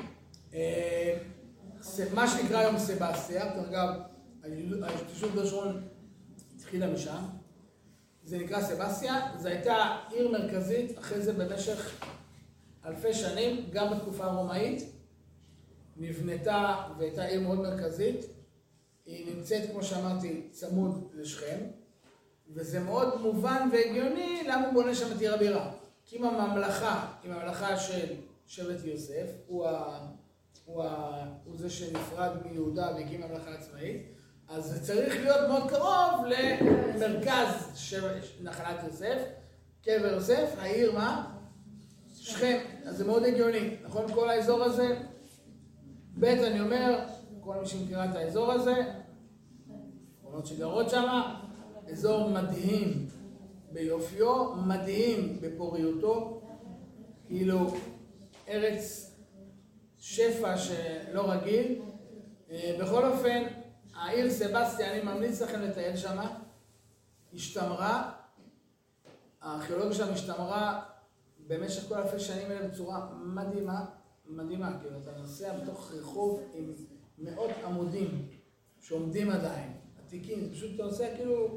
מה שנקרא היום סבסטיה, אגב, היישוב דושרון התחילה משם, זה נקרא סבסטיה, זו הייתה עיר מרכזית, אחרי זה במשך אלפי שנים, גם בתקופה הרומאית, נבנתה והייתה עיר מאוד מרכזית, היא נמצאת, כמו שאמרתי, צמוד לשכם, וזה מאוד מובן והגיוני למה הוא בונה שם את עיר הבירה. כי אם הממלכה של שבט יוסף, הוא זה שנפרד מיהודה והקים ממלכה עצמאית, אז זה צריך להיות מאוד קרוב למרכז נחלת יוסף, קבר יוסף, העיר מה? שכם. אז זה מאוד הגיוני, נכון? כל האזור הזה, אני אומר, כל מי שמכירה את האזור הזה, עונות שגרות שם, אזור מדהים ביופיו, מדהים בפוריותו, כאילו ארץ שפע שלא רגיל. בכל אופן, העיר סבסטיה, אני ממליץ לכם לטייל שם, השתמרה, הארכיאולוגיה שם השתמרה במשך כל אלפי שנים האלה בצורה מדהימה, כאילו אתה נוסע בתוך רחוב עם מאות עמודים שעומדים עדיין, עתיקים, פשוט אתה נוסע כאילו,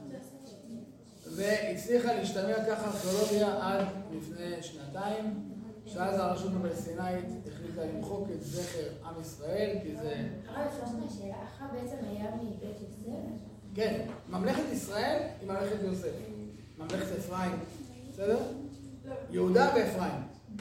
והצליחה להשתמר ככה ארכיאולוגיה עד לפני שנתיים, שאז הרשות הפלסטינאית החליטה למחוק את זכר עם ישראל, כי זה... הרב, אפשר שאלה, אחר בעצם היה מבית יוסף? כן, ממלכת ישראל היא ממלכת יוסף, ממלכת אפרים, בסדר? יהודה ואפרים.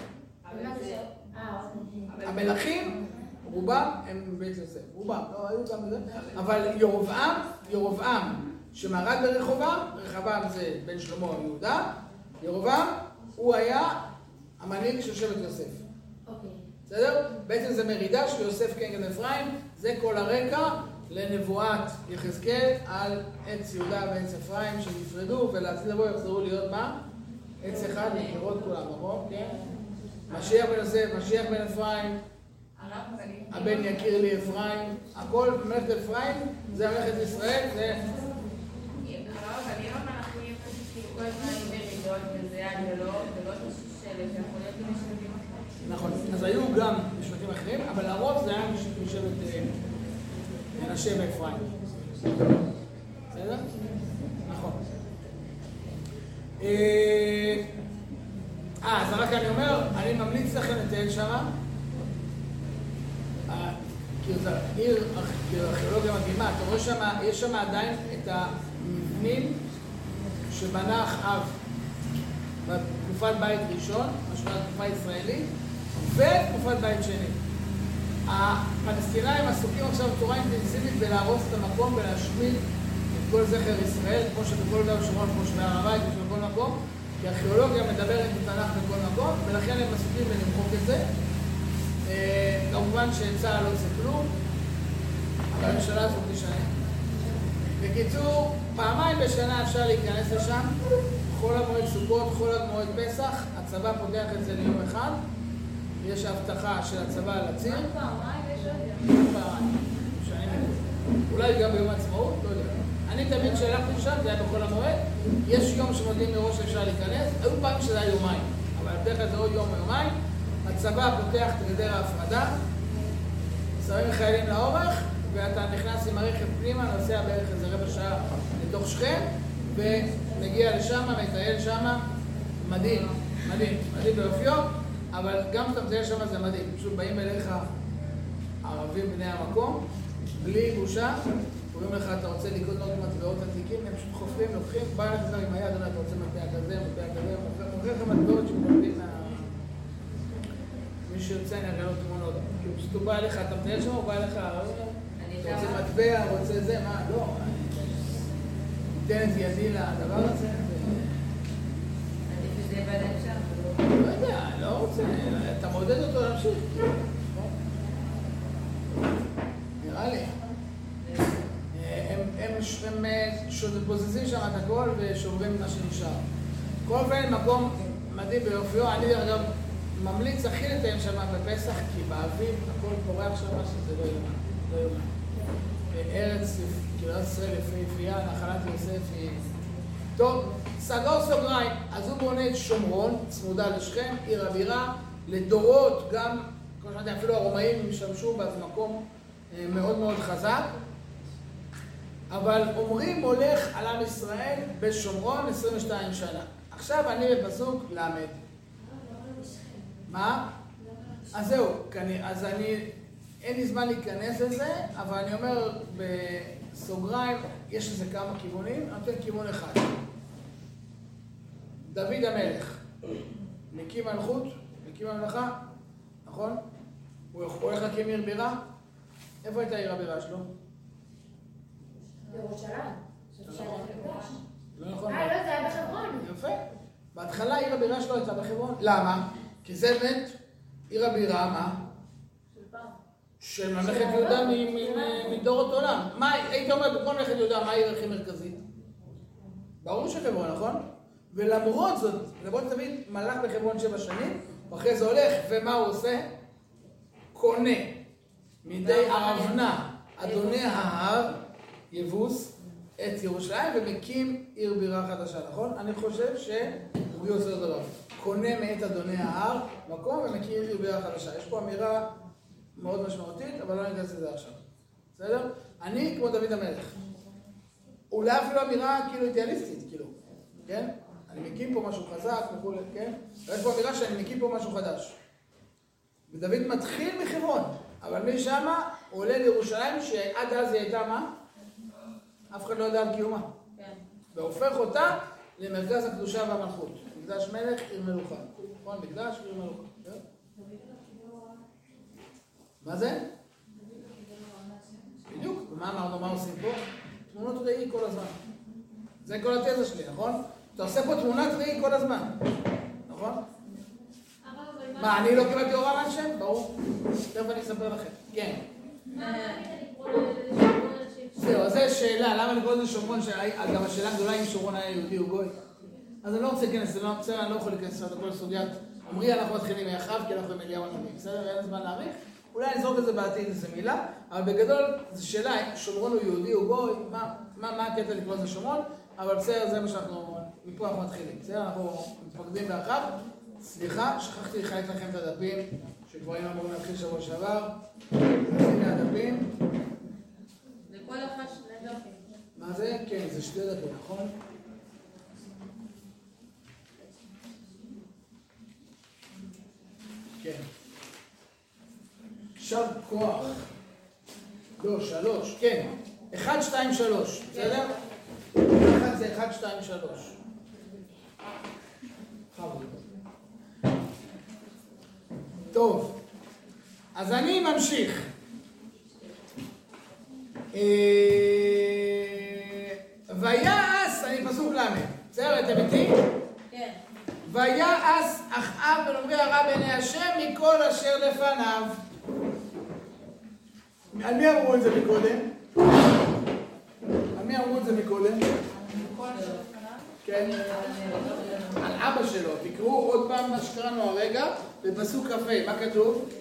המלכים, רובם הם מבית יוסף, רובם, לא היו גם בזה, אבל ירובעם שמרד ברחבעם זה בן שלמה יהודה, ירובעם הוא היה המנהיג של שבט יוסף. בסדר? בעצם זה מרידה של יוסף כנגד אפרים, זה כל הרקע לנבואת יחזקאל על עץ יהודה ועץ אפרים שנפרדו ולעתיד לבוא יחזרו להיות מה? עץ אחד, נקראות כולם, נכון? כן? משיח בן יוסף, משיח בן אפרים, הבן יכיר לי אפרים, הכל ממלכת אפרים, זה ממלכת ישראל, זה... הרב, אבל אם המלאכים כל הזמן מרידות וזה ולא שבט, יכול להיות עם שבטים אחרים. נכון, אז היו גם שבטים אחרים, אבל לרוב זה היה משבט מנשה ואפרים. בסדר? נכון. אז רק אני אומר, אני ממליץ לכם לטייל שמה. כאילו זו עיר ארכיאולוגיה מדהימה, אתה רואה שמה, יש שם עדיין את המבנים שבנה אחאב בתקופת בית ראשון, משמע תקופה ישראלית, ותקופת בית שני. הפלסטינאים עסוקים עכשיו בצורה אינטנסיבית בלהרוס את המקום ולהשמיד את כל זכר ישראל, כמו שבכל יהודה ושומרון, כמו שבהר הבית, כמו שבכל מקום, כי הארכיאולוגיה מדברת בתנ"ך בכל מקום, ולכן הם עסוקים בלמחוק את זה. כמובן שצה"ל לא עושה כלום, אבל הממשלה הזאת תשנה. בקיצור, פעמיים בשנה אפשר להיכנס לשם, חול המועד סוכות, חול המועד פסח, הצבא פותח את זה ליום אחד, יש הבטחה של הצבא על הציר. פעמיים יש עוד פעמיים, אולי גם ביום העצמאות, לא יודע. אני תמיד כשהלכתי לשם, זה היה בחול המועד, יש יום שמודיעים מראש שאפשר להיכנס, היו פעמים שזה היה יומיים, אבל בדרך כלל זה עוד יום או יומיים, הצבא פותח את גדר ההפרדה, שמים חיילים לאורך, ואתה נכנס עם הרכב פנימה, נוסע בערך איזה רבע שעה לתוך שכם, ומגיע לשם, מטייל שם, מדהים, מדהים, מדהים ביופיו, אבל גם כשאתה מטייל שם זה מדהים, פשוט באים אליך ערבים בני המקום, בלי בושה, קוראים לך, אתה רוצה לקרוא מטבעות עתיקים, הם פשוט חופרים, לוקחים, בא לך עם היד, אתה רוצה מטבע כזה, מטבע כזה, מוכר לך מטבעות שמקבלים מי שיוצא נראה לו תמונות, כי פשוט הוא בא אליך, אתה מטייל שם, הוא בא אליך, אתה רוצה מטבע, רוצה זה, מה, לא, ניתן את ידי לדבר הזה. עדיף שזה בידיים שם. לא יודע, לא רוצה, אתה מעודד אותו להמשיך. נראה לי. הם בוזזים שם את הכל ושוברים מה שנשאר. כל אופן מקום מדהים ביופיו, אני אגב ממליץ הכי לטייל שם בפסח, כי באביב הכל פורח שם שזה לא יאומן. ארץ ישראל יפהפייה, נחלת יוסף היא... טוב, סגור סוגריים, אז הוא בונה את שומרון, צמודה לשכם, עיר הבירה, לדורות גם, כמו שאמרתי, אפילו הרומאים השתמשו בה, זה מקום מאוד מאוד חזק. אבל אומרים הולך על עם ישראל בשומרון 22 שנה. עכשיו אני בפסוק למד. מה? אז זהו, אז אין לי זמן להיכנס לזה, אבל אני אומר בסוגריים, יש לזה כמה כיוונים, אני נותן כיוון אחד. דוד המלך, מקים מלכות, מקים ממלכה, נכון? הוא הולך להקים עיר בירה? איפה הייתה עיר הבירה שלו? בירושלים. לא נכון. לא, זה היה בחברון. יפה. בהתחלה עיר הבירה שלו הייתה בחברון. למה? כי זה באמת עיר הבירה, מה? של ממלכת יהודה מדורות עולם. מה, היית אומר, בכל ממלכת יהודה, מה העיר הכי מרכזית? ברור שחברון, נכון? ולמרות זאת, למרות תמיד מלך בחברון 7 שנים, ואחרי זה הולך, ומה הוא עושה? קונה מידי ארבנה, אדוני ההר, יבוס, את ירושלים, ומקים עיר בירה חדשה, נכון? אני חושב שהוא עושה אותו דבר. קונה מאת אדוני ההר, מקום, ומקים עיר בירה חדשה. יש פה אמירה מאוד משמעותית, אבל לא ניכנס לזה עכשיו. בסדר? אני כמו דוד המלך. אולי אפילו אמירה כאילו אידיאליסטית, כאילו, כן? אני מקים פה משהו חזק, וכו', כן? ויש פה אמירה שאני מקים פה משהו חדש. ודוד מתחיל מחברון, אבל משם הוא עולה לירושלים, שעד אז היא הייתה מה? אף אחד לא יודע על קיומה. כן. והופך אותה למרכז הקדושה והמלכות. מקדש מלך, עיר מלוכה. נכון? מקדש, עיר מלוכה. מה זה? בדיוק. ומה אמרנו, מה עושים פה? תמונות ראי כל הזמן. זה כל התזה שלי, נכון? אתה עושה פה תמונת ראי כל הזמן. נכון? מה, אני לא קיבלתי הוראה מהשם? ברור. תכף אני אספר לכם. כן. זהו, זו שאלה, למה לקרוא לזה שומרון, גם השאלה הגדולה אם שומרון היה יהודי או גוי. אז אני לא רוצה להיכנס, אני לא יכול להיכנס לכל סוגיית, אומרי אנחנו מתחילים מאחיו כי אנחנו עם אליהו הנביא, בסדר? אין זמן להאריך, אולי נזרוק את זה בעתיד איזה מילה, אבל בגדול זו שאלה, שומרון הוא יהודי או גוי, מה הקטע לקרוא לזה שומרון, אבל בסדר, זה מה שאנחנו, מפה אנחנו מתחילים, בסדר? אנחנו מתפקדים באחיו. סליחה, שכחתי לחלק לכם את הדפים, שכבר היינו אמורים להתחיל שבוע שעבר, הנה הדפים. לכל אחד 2 דפים. מה זה? כן, זה 2 דפים, נכון? כן. עכשיו כוח. לא, 3, כן. 1, 2, 3, בסדר? 1 זה 1, 2, 3. טוב, אז אני ממשיך. ויעש, אני פסוק למד, בסדר, אתם איתי? כן. ויעש אחאב בן עמרי הרע בעיני השם מכל אשר לפניו. על מי אמרו את זה מקודם? על מי אמרו את זה מקודם? כן, על אבא שלו. תקראו עוד פעם מה שקראנו הרגע בפסוק כ"ה, מה כתוב?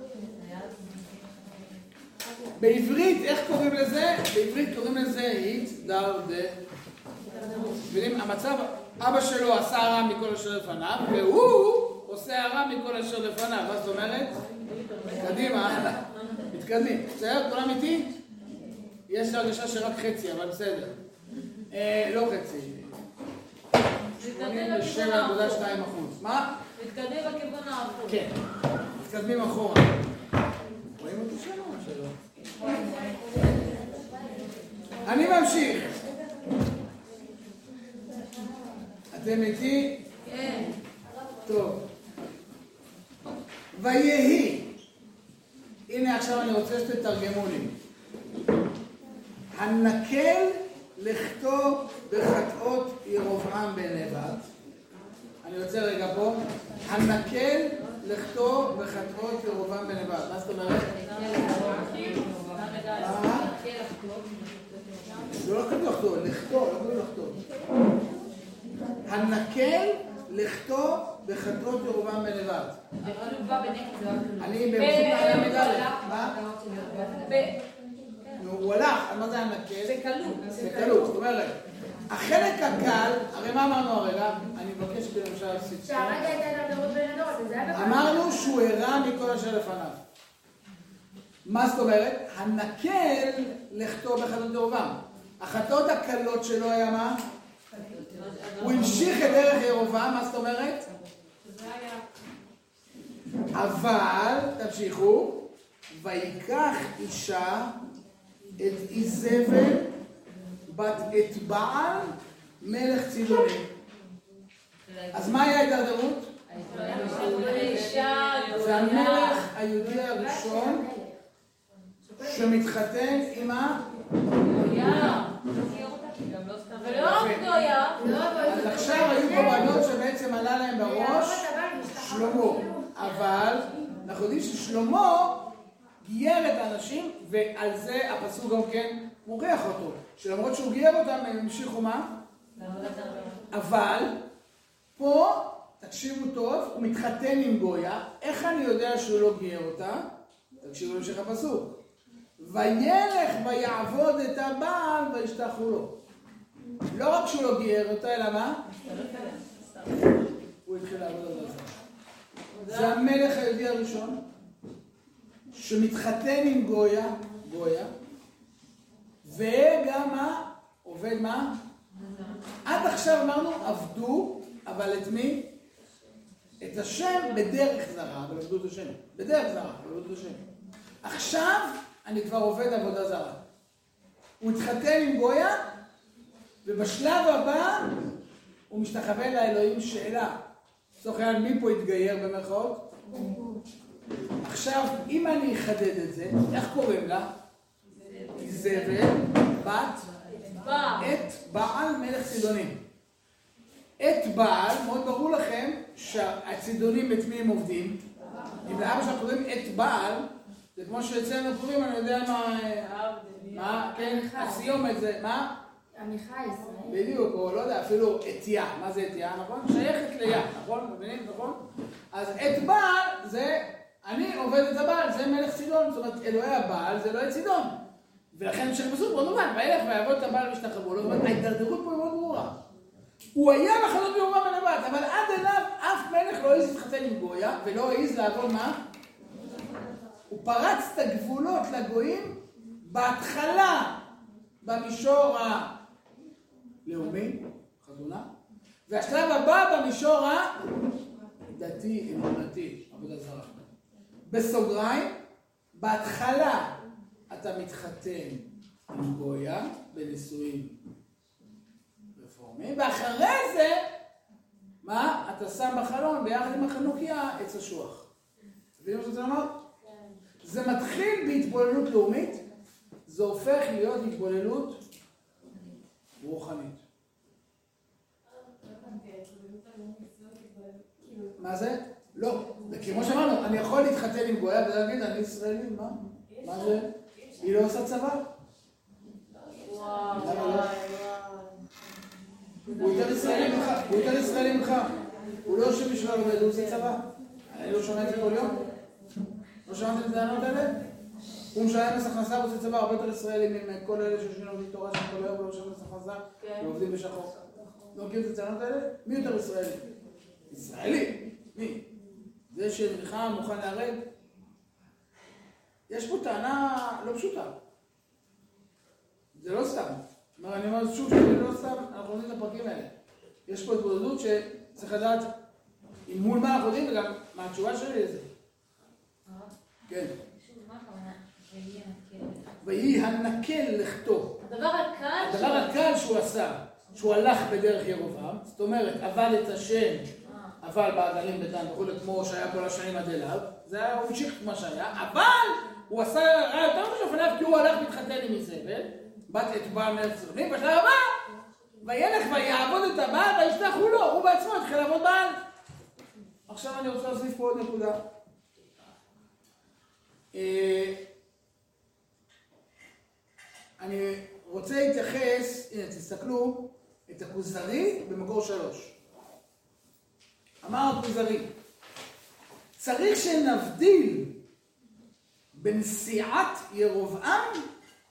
בעברית, איך קוראים לזה? בעברית קוראים לזה התדרדר. המצב, אבא שלו עשה הרע מכל אשר לפניו, והוא עושה הרע מכל אשר לפניו. מה זאת אומרת? קדימה, מתקדמים. בסדר? כולם איתי? יש לי הרגשה שרק חצי, אבל בסדר. לא חצי. 87.2%. מה? מתקדמים בכיוון ההפוך. כן. מתקדמים אחורה. רואים אותי שם או שלא? אני ממשיך. אתם איתי? כן. טוב. ויהי. הנה עכשיו אני רוצה שתתרגמו לי. הנקל לכתוב בחטאות ירבעם בן נבט. אני רוצה רגע פה. הנקל לכתוב בחטאות ירבעם בן נבט. מה זאת אומרת? לא כתוב לחתור, לכתוב, לא כתוב לחתור. הנקל לכתוב בחטאות ירבעם בן נבט. אני בפסוק למד. מה? נו. הוא הלך, מה זה הנקל? זה קלות. זה קלות, זאת אומרת, החלק הקל, הרי מה אמרנו הרגע? אני מבקש למשל להפסיק. שהרגע הייתה דרדרות בין הדורות, זה היה בכל... אמרנו שהוא הרע מכל אשר לפניו. מה זאת אומרת? הנקל לכתוב בחטאות ירובעם. החטאות הקלות שלו היה מה? הוא המשיך את דרך ירובעם, מה זאת אומרת? אבל, תמשיכו, ויקח אישה את איזבל בת את בעל מלך צידוני. אז מה היה ההידרדרות? זה המלך היהודי הראשון שמתחתן עם ולא רק גויה. אז עכשיו היו פה בנות שבעצם עלה להם בראש שלמה. אבל אנחנו יודעים ששלמה גייר את האנשים, ועל זה הפסוק גם כן מוכיח אותו. שלמרות שהוא גייר אותם, הם המשיכו מה? אבל פה, תקשיבו טוב, הוא מתחתן עם גויה. איך אני יודע שהוא לא גייר אותה? תקשיבו להמשך הפסוק. וילך ויעבוד את הבעל וישתחו לו. לא רק שהוא לא גייר אותה, אלא מה? הוא התחיל לעבוד על זה. זה המלך היהודי הראשון שמתחתן עם גויה, וגם מה? עובד מה? עד עכשיו אמרנו עבדו, אבל את מי? את השם בדרך זרה, אבל עבדו את השם. בדרך זרה, אבל עבדו את השם. עכשיו אני כבר עובד עבודה זרה. הוא התחתן עם גויה, ובשלב הבא הוא משתחווה לאלוהים שאלה. זאת אומרת, מי פה יתגייר במרכאות? עכשיו, אם אני אחדד את זה, איך קוראים לה? איזבל בת את בעל מלך צידונים. את בעל, מאוד ברור לכם שהצידונים את מי הם עובדים. אם לאבא שלנו קוראים את בעל, זה כמו שאצלנו קוראים, אני יודע מה, כן, הסיומת זה, מה? עמיחי ישראל. בדיוק, או לא יודע, אפילו אתיה. מה זה אתיה, נכון? שייכת ליה, נכון? מבינים, נכון? אז את בעל זה, אני עובד את הבעל, זה מלך צידון. זאת אומרת, אלוהי הבעל זה אלוהי צידון. ולכן שפסוק מאוד מובן, וילך ויעבוד את הבעל וישתחוו לו. זאת אומרת, ההידרדרות פה היא מאוד ברורה. הוא היה בחטאות ירובעם בלבד, אבל עד אליו אף מלך לא העז להתחתן עם גויה, ולא העז לעבוד מה? הוא פרץ את הגבולות לגויים בהתחלה, במישור הלאומי, חתונה, והשלב הבא במישור הדתי, אמונתי, עבודה זרה. בסוגריים, בהתחלה אתה מתחתן עם גויה בנישואים רפורמיים, ואחרי זה, מה? אתה שם בחלון ביחד עם החנוכיה עץ אשוח. תבינו מה שאתה אומר? זה מתחיל בהתבוללות לאומית, זה הופך להיות התבוללות רוחנית. מה זה? לא. כמו שאמרנו, אני יכול להתחתן עם גויה ולהגיד, אני ישראלי, מה? מה זה? היא לא עושה צבא. הוא יותר ישראלי ממך. הוא לא יושב בשביל הלומד, הוא עושה צבא. אני לא שומע את זה כל יום. לא שמעתם את הדעות האלה? הוא משלם מס הכנסה ועושה צבא הרבה יותר ישראלים עם כל אלה שיושבים לומדים תורה שם כל היום ולא משלם מס הכנסה ועובדים בשחור. לא מכירים את הדעות האלה? מי יותר ישראלי? ישראלי? מי? זה שנלחם, מוכן להרג? יש פה טענה לא פשוטה. זה לא סתם. אני אומר שוב שזה לא סתם, אנחנו לומדים את הפרקים האלה. יש פה התמודדות שצריך לדעת עם מול מה אנחנו יודעים וגם מה התשובה שלי לזה. כן. ויהי הנקל לכתו. הדבר הקל שהוא עשה, שהוא הלך בדרך ירובעם, זאת אומרת, עבד את השם, אבל בעגלים בדן וכו', כמו שהיה כל השנים עד אליו, זה היה הוא המשיך כמו שהיה, אבל הוא עשה רע יותר משהו לפניו, כי הוא הלך להתחתן עם איזבל, בת את בעל מלך צידונים, בשלב הבא, וילך ויעבוד את הבעל וישתחו לו, הוא בעצמו התחיל לעבוד בעל. עכשיו אני רוצה להוסיף פה עוד נקודה. אני רוצה להתייחס, הנה תסתכלו, את הכוזרי במקור 3. אמר הכוזרי, צריך שנבדיל בין סיעת ירובעם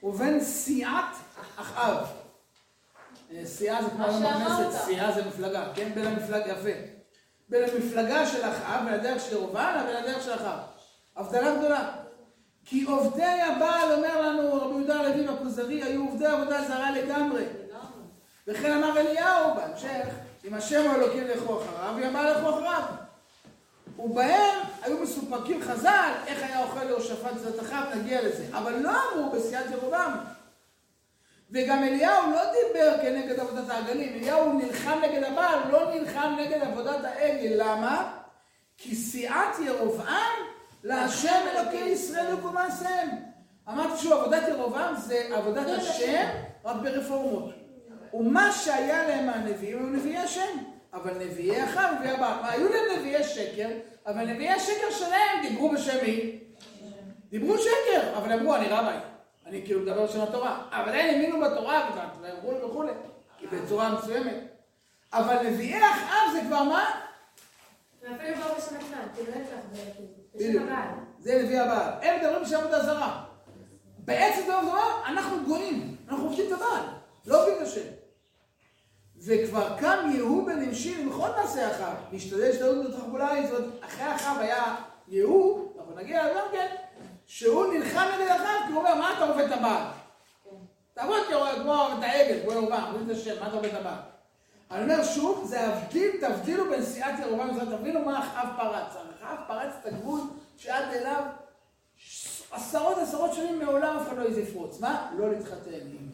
ובין סיעת אחאב. סיעה זה כמו בכנסת, סיעה זה מפלגה, כן? בין המפלגה, יפה. בין המפלגה של אחאב ולדרך של ירבעם לבין הדרך של אחאב. הבדלה גדולה. כי עובדי הבעל, אומר לנו רבי יהודה הלוי הכוזרי, היו עובדי עבודה זרה לגמרי. וכן אמר אליהו בהמשך, אם השם הוא אלוקים לכו אחריו, ויאמר לכו אחריו. ובהם היו מסופקים חז"ל, איך היה אוכל יהושפט שדות אחאב, נגיע לזה. אבל לא אמרו בסיעת ירבעם. וגם אליהו לא דיבר כנגד עבודת העגלים, אליהו נלחם נגד הבעל, לא נלחם נגד עבודת העגל. למה? כי סיעת ירבעם להשם אלוקי ישראל וכל מעשיהם. אמרתי שהוא עבודת ירבעם זה עבודת השם רק ברפורמות. ומה שהיה להם מהנביאים הם נביאי השם. אבל נביאי אחאב נביאי הבעל. היו להם נביאי שקר, אבל נביאי השקר שלהם דיברו בשם מי? דיברו שקר, אבל אמרו אני רבי. אני כאילו מדבר בשם התורה. אבל הם האמינו בתורה וכו', כי בצורה מסוימת. אבל נביאי אחאב זה כבר מה? ואפילו לא בשם עצמם, כאילו לא אצלך בשם הבעל. זה נביא הבעל. הם מדברים בשם עבודה זרה. בעצם דבר, אנחנו גויים. אנחנו עובדים את הבעל. לא עובדים את השם. וכבר קם יהוא בן נמשי למחות מעשה אחאב. להשתדל שתלות בתחבולה, זאת אחרי אחאב היה יהוא, אבל נגיע גם כן, שהוא נלחם נגד אחאב, כי הוא אומר, מה אתה עובד את הבעל? תעבוד כמו את העגל, כמו ירבעם, עובד את השם, מה אתה עובד את הבעל? אני אומר שוב, זה תבדילו בין סיעת ירבעם, תבינו מה אחאב פרץ. אחאב פרץ את הגבול שעד אליו עשרות שנים מעולם אף אחד לא יפרוץ. מה? לא להתחתן עם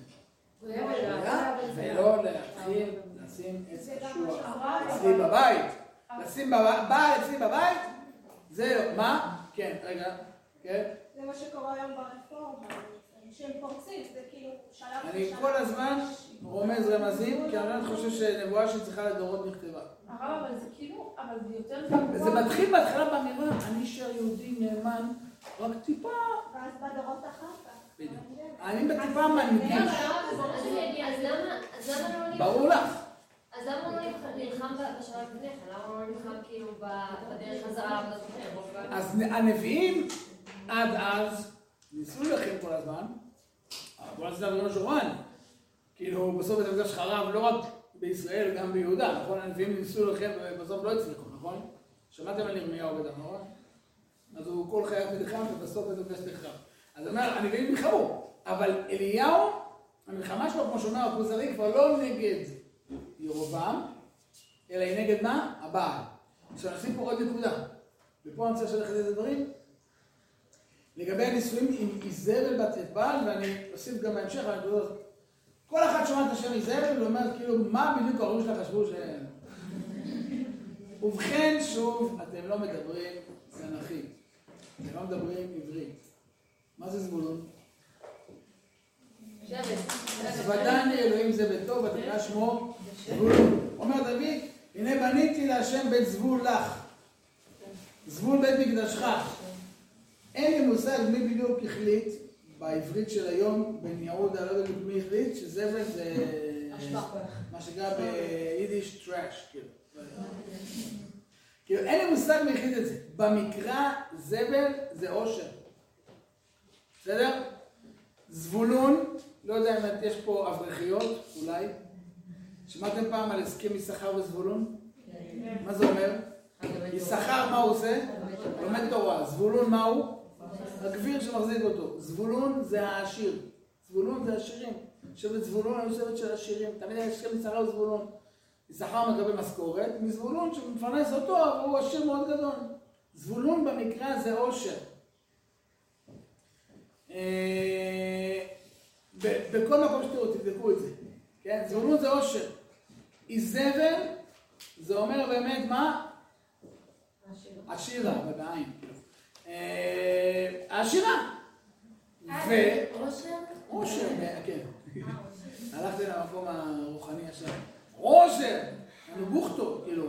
ולא להתחיל לשים עץ קשוח אצלי בבית. לשים בעל אצלי בבית? זה לא. מה? כן, רגע. כן? זה מה שקורה היום ברפורמה. שהם פורצים, זה כאילו שלב... אני כל הזמן רומז רמזים, כי אני חושב שנבואה שצריכה לדורות נכתבה. אבל זה כאילו, אבל זה יותר... וזה מתחיל בהתחלה באמירה, אני שר יהודי נאמן, רק טיפה... ואז בדורות אחר כך. אני בטיפה מנגיש. אז למה לא... ברור לך. אז למה הוא לא נלחם בשלב לפני כן? למה הוא לא נלחם כאילו בדרך חזרה לעבודת אחרת? אז הנביאים עד אז ניסו לכם כל הזמן, בוא נעשה דברים לשורן. כאילו בסוף בית המקדש חרב לא רק בישראל, גם ביהודה, נכון? הנביאים ניסו לכם ובסוף לא הצליחו, נכון? שמעתם על ירמיהו בטח, נכון? אז הוא כל חייו נלחם ובסוף בית המקדש נחרב. אז אומר, הנביאים נלחמו, אבל אליהו, המלחמה שלו, כמו שאומר הכוזרי, כבר לא נגד ירבעם, אלא היא נגד מה? הבעל. עכשיו נשים פה עוד נקודה, ופה אני רוצה לחדד את הדברים. לגבי הנישואים עם איזבל בת בעל, ואני אוסיף גם בהמשך, כל אחד שומע את השם איזבל ואומר כאילו, מה בדיוק ההורים שלה חשבו ש... ובכן, שוב, אתם לא מדברים תנ"כית, אתם לא מדברים עברית. מה זה זבולון? אז ודעני אלוהים זה ביתו, ותקרא שמו זבולון. אומר דוד, הנה בניתי להשם בית זבול לך, זבול בית מקדשך. אין לי מושג מי בדיוק החליט בעברית של היום, בן יהודה, לא בדיוק מי החליט, שזבל זה מה שקרה ביידיש טראש. כאילו, אין לי מושג מי החליט את זה. במקרא זבל זה עושר. בסדר? זבולון, לא יודע אם יש פה אברכיות, אולי. שמעתם פעם על הסכם יששכר וזבולון? מה זה אומר? יששכר מה הוא עושה? לומד תורה. זבולון מה הוא? הגביר שמחזיק אותו. זבולון זה העשיר. זבולון זה עשירים. שבט זבולון אני חושבת של עשירים. תמיד יש הסכם יששכר וזבולון. יששכר מקבל משכורת, מזבולון שמפרנס אותו, אבל הוא עשיר מאוד גדול. זבולון במקרא זה עושר. בכל מקום שתראו, תבדקו את זה. כן? זבולון זה עושר. איזבל, זה אומר באמת מה? עשירה, ובעין. העשירה. עושר? עושר, כן. הלכתי למקום הרוחני עכשיו. עושר! אני בוכתו, כאילו.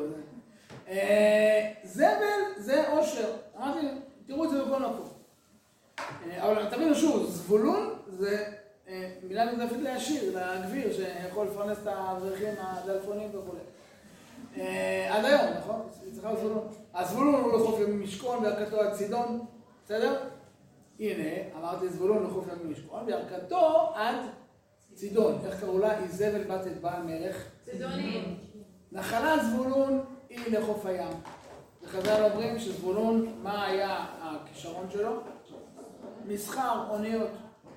זבל זה עושר. אמרתי, תראו את זה בכל מקום. אבל תבינו שוב, זבולון זה מילה נרדפת לעשיר, לגביר, שיכול לפרנס את האברכים הדלפונים וכו'. עד היום, נכון? יצחק זבולון. הזבולון הוא לחוף משכון והקטו עד צידון, בסדר? הנה, אמרתי זבולון לחוף ימים משכון, וירכתו עד צידון. איך קראו לה? איזבל בת את בעל מלך. צידונים. נחלת זבולון היא לחוף הים. וחז"ל אומרים שזבולון, מה היה הכישרון שלו? מסחר, אוניות.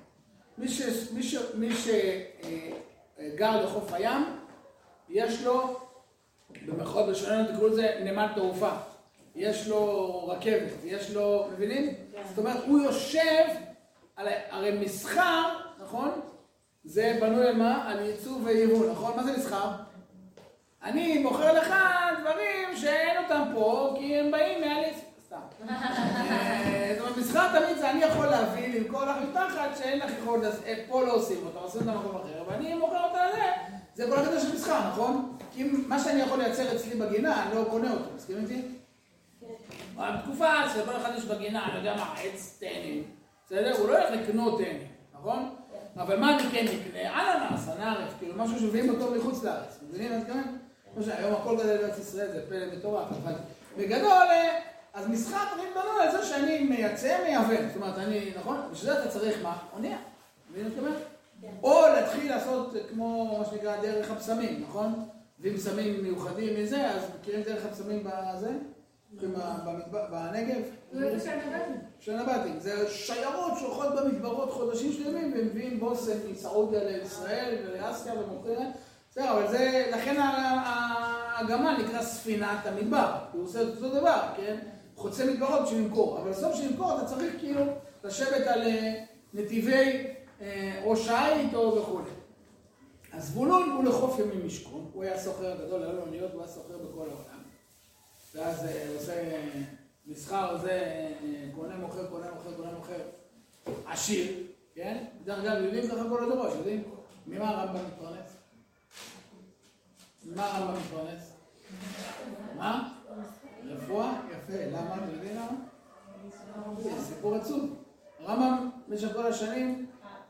מי שגר לחוף הים, יש לו, במחאות בשלנו תקראו לזה נמל תעופה. יש לו רכבת, יש לו, מבינים? זאת אומרת, הוא יושב, הרי מסחר, נכון? זה בנוי על מה? על ייצוא ויבוא, נכון? מה זה מסחר? אני מוכר לך דברים שאין אותם פה, כי הם באים מהליס, סתם. זאת אומרת, מסחר תמיד זה אני יכול להביא, למכור לך מתחת שאין לך יכולת, פה לא עושים אותה, עושים אותה במקום אחר, ואני מוכר אותה לזה, זה כל הקטע של מסחר, נכון? כי מה שאני יכול לייצר אצלי בגינה, אני לא קונה אותו, מסכים איתי? בתקופה שכל אחד יש בגינה, אני יודע מה, עץ תאנים, בסדר? הוא לא הולך לקנות תאנים, נכון? אבל מה אני כן נקנה? אננס, הנערף, כאילו משהו שמביאים אותו מחוץ לארץ, מבינים מה זה כאן? כמו שהיום הכל גדל בארץ ישראל, זה פלא מטורף, אבל בגדול, אז משחק תמיד בנוי על זה שאני מייצא, מייבא, זאת אומרת, אני, נכון? בשביל זה אתה צריך מה? אונייה, מבינים מה זה? או להתחיל לעשות כמו מה שנקרא דרך הבשמים, נכון? ואם בשמים מיוחדים מזה, אז מכירים דרך הבשמים בזה? בנגב? זה שנבטים. שנבטים. זה שיירות שהולכות במדברות חודשים שלמים ומביאים בושם מסעודיה לישראל ולאסיה ומוכרת. בסדר, אבל זה, לכן הגמל נקרא ספינת המדבר. הוא עושה את אותו דבר, כן? חוצה מדברות בשביל למכור. אבל בסוף בשביל למכור אתה צריך כאילו לשבת על נתיבי או שייט או וכו'. אז זבולון הוא לחוף ימים משכון. הוא היה סוחר גדול, היה לו אוניות, הוא היה סוחר בכל העולם. ואז הוא עושה מסחר, זה קונה מוכר, קונה מוכר, קונה מוכר. עשיר, כן? דרך אגב, יודעים ככה כל הדורות, יודעים? ממה הרמב"ם מתפרנס? ממה הרמב"ם מתפרנס? מה? רפואה? יפה. למה? אתם יודעים למה? זה סיפור עצוב. הרמב"ם במשך כל השנים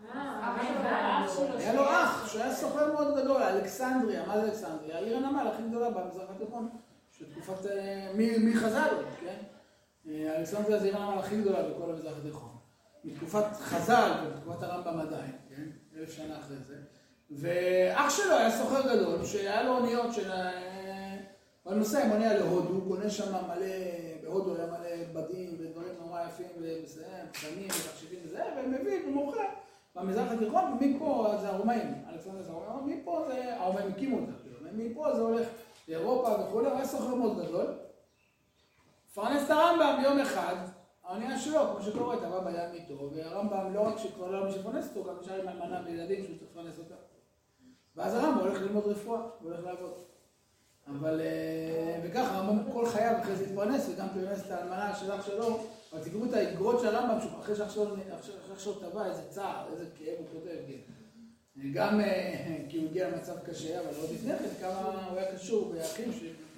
היה לו אח שהיה סוחר מאוד גדול, אלכסנדריה. מה זה אלכסנדריה? העיר הנמל הכי גדולה במזרח התיכון. שתקופת, מי חז"ל, כן? אלכסנדריה זה עיר הנמל הכי גדולה בכל המזרח התיכון. מתקופת חז"ל ובתקופת הרמב"ם עדיין, כן? 1000 שנה אחרי זה. ואח שלו היה סוחר גדול, שהיה לו אוניות של... הוא נוסע עם אונייה להודו, הוא קונה שם מלא, בהודו היה מלא בדים ודברים נורא יפים ופסנים ותחשיבים וזה, ומביא ומוכר במזרח התיכון, ומפה זה הרומאים. אלכסנדריה זה הרומאים, מפה זה... הרומאים הקימו אותה, מפה זה הולך לאירופה וכו', הוא היה סוחר מאוד גדול. פרנס את הרמב"ם יום אחד, האונייה שלו, כמו שקורא, טבע בים איתו, והרמב"ם לא רק שכבר לא מי שפרנס אותו, גם נשאר עם אלמנה וילדים שהוא צריך לפרנס אותה. ואז הרמב"ם הולך ללמוד רפואה, הוא הולך לעבוד. אבל, וככה, הרמב"ם כל חייו אחרי זה התפרנס, וגם פרנס את האלמנה של אח שלו, אבל תקראו את האגרות של הרמב"ם, אחרי שאח שלו טבע, איזה צער, איזה כאב הוא כותב, גם כי הוא הגיע למצב קשה, אבל עוד לפני כן כמה הוא היה קשור באחים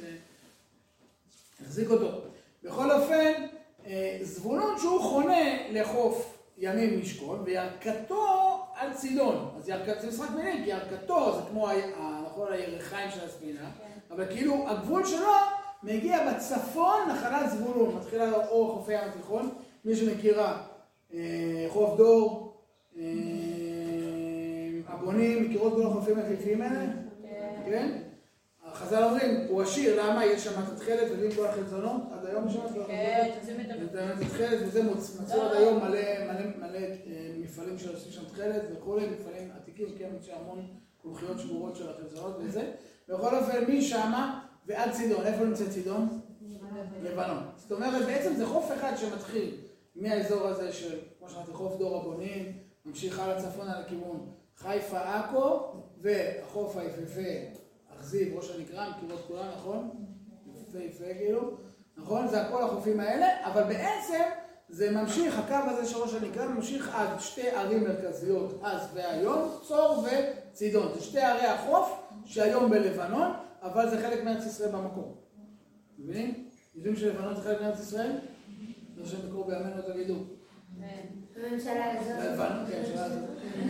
שהחזיק אותו. בכל אופן, זבולון שהוא חונה לחוף ימים משכון, וירכתו על צידון. אז זה משחק מילים, כי ירכתו זה כמו הירכיים של הספינה, אבל כאילו הגבול שלו מגיע בצפון נחלת זבולון, מתחילה אור חופי ים התיכון, מי שמכירה חוף דור, הבונים, מכירות כל החופים היפהפיים האלה? כן? החז"ל אומרים, הוא עשיר, למה? יש שם תתחלת ויודעים כל החלזונות, עד היום יש שם תתחלת. כן, זה תתחלת, וזה מצאו עד היום מלא מפעלים שעושים שם תתחלת וכו', מפעלים עתיקים, כן, יש המון קולחיות שבורות של החלזונות וזה. בכל אופן, מי שמה ועד צידון, איפה נמצא צידון? לבנון. זאת אומרת, בעצם זה חוף אחד שמתחיל מהאזור הזה של, כמו שאמרתי, חוף דור הבונים, ממשיך הלאה צפונה לכיוון חיפה, עכו, והחוף היפהפה, אכזיב, ראש הנקרה, מכירות כולם, נכון? יפהפה כאילו, נכון? זה הכל החופים האלה, אבל בעצם זה ממשיך, הקו הזה של ראש הנקרה ממשיך עד שתי ערים מרכזיות, אז והיום, צור וצידון. זה שתי ערי החוף שהיום בלבנון, אבל זה חלק מארץ ישראל במקום. מבינים? יודעים שלבנון זה חלק מארץ ישראל? זה שם בקרוב בימינו תגידו. הממשלה הזאת. לבנון, כן, הממשלה הזאת.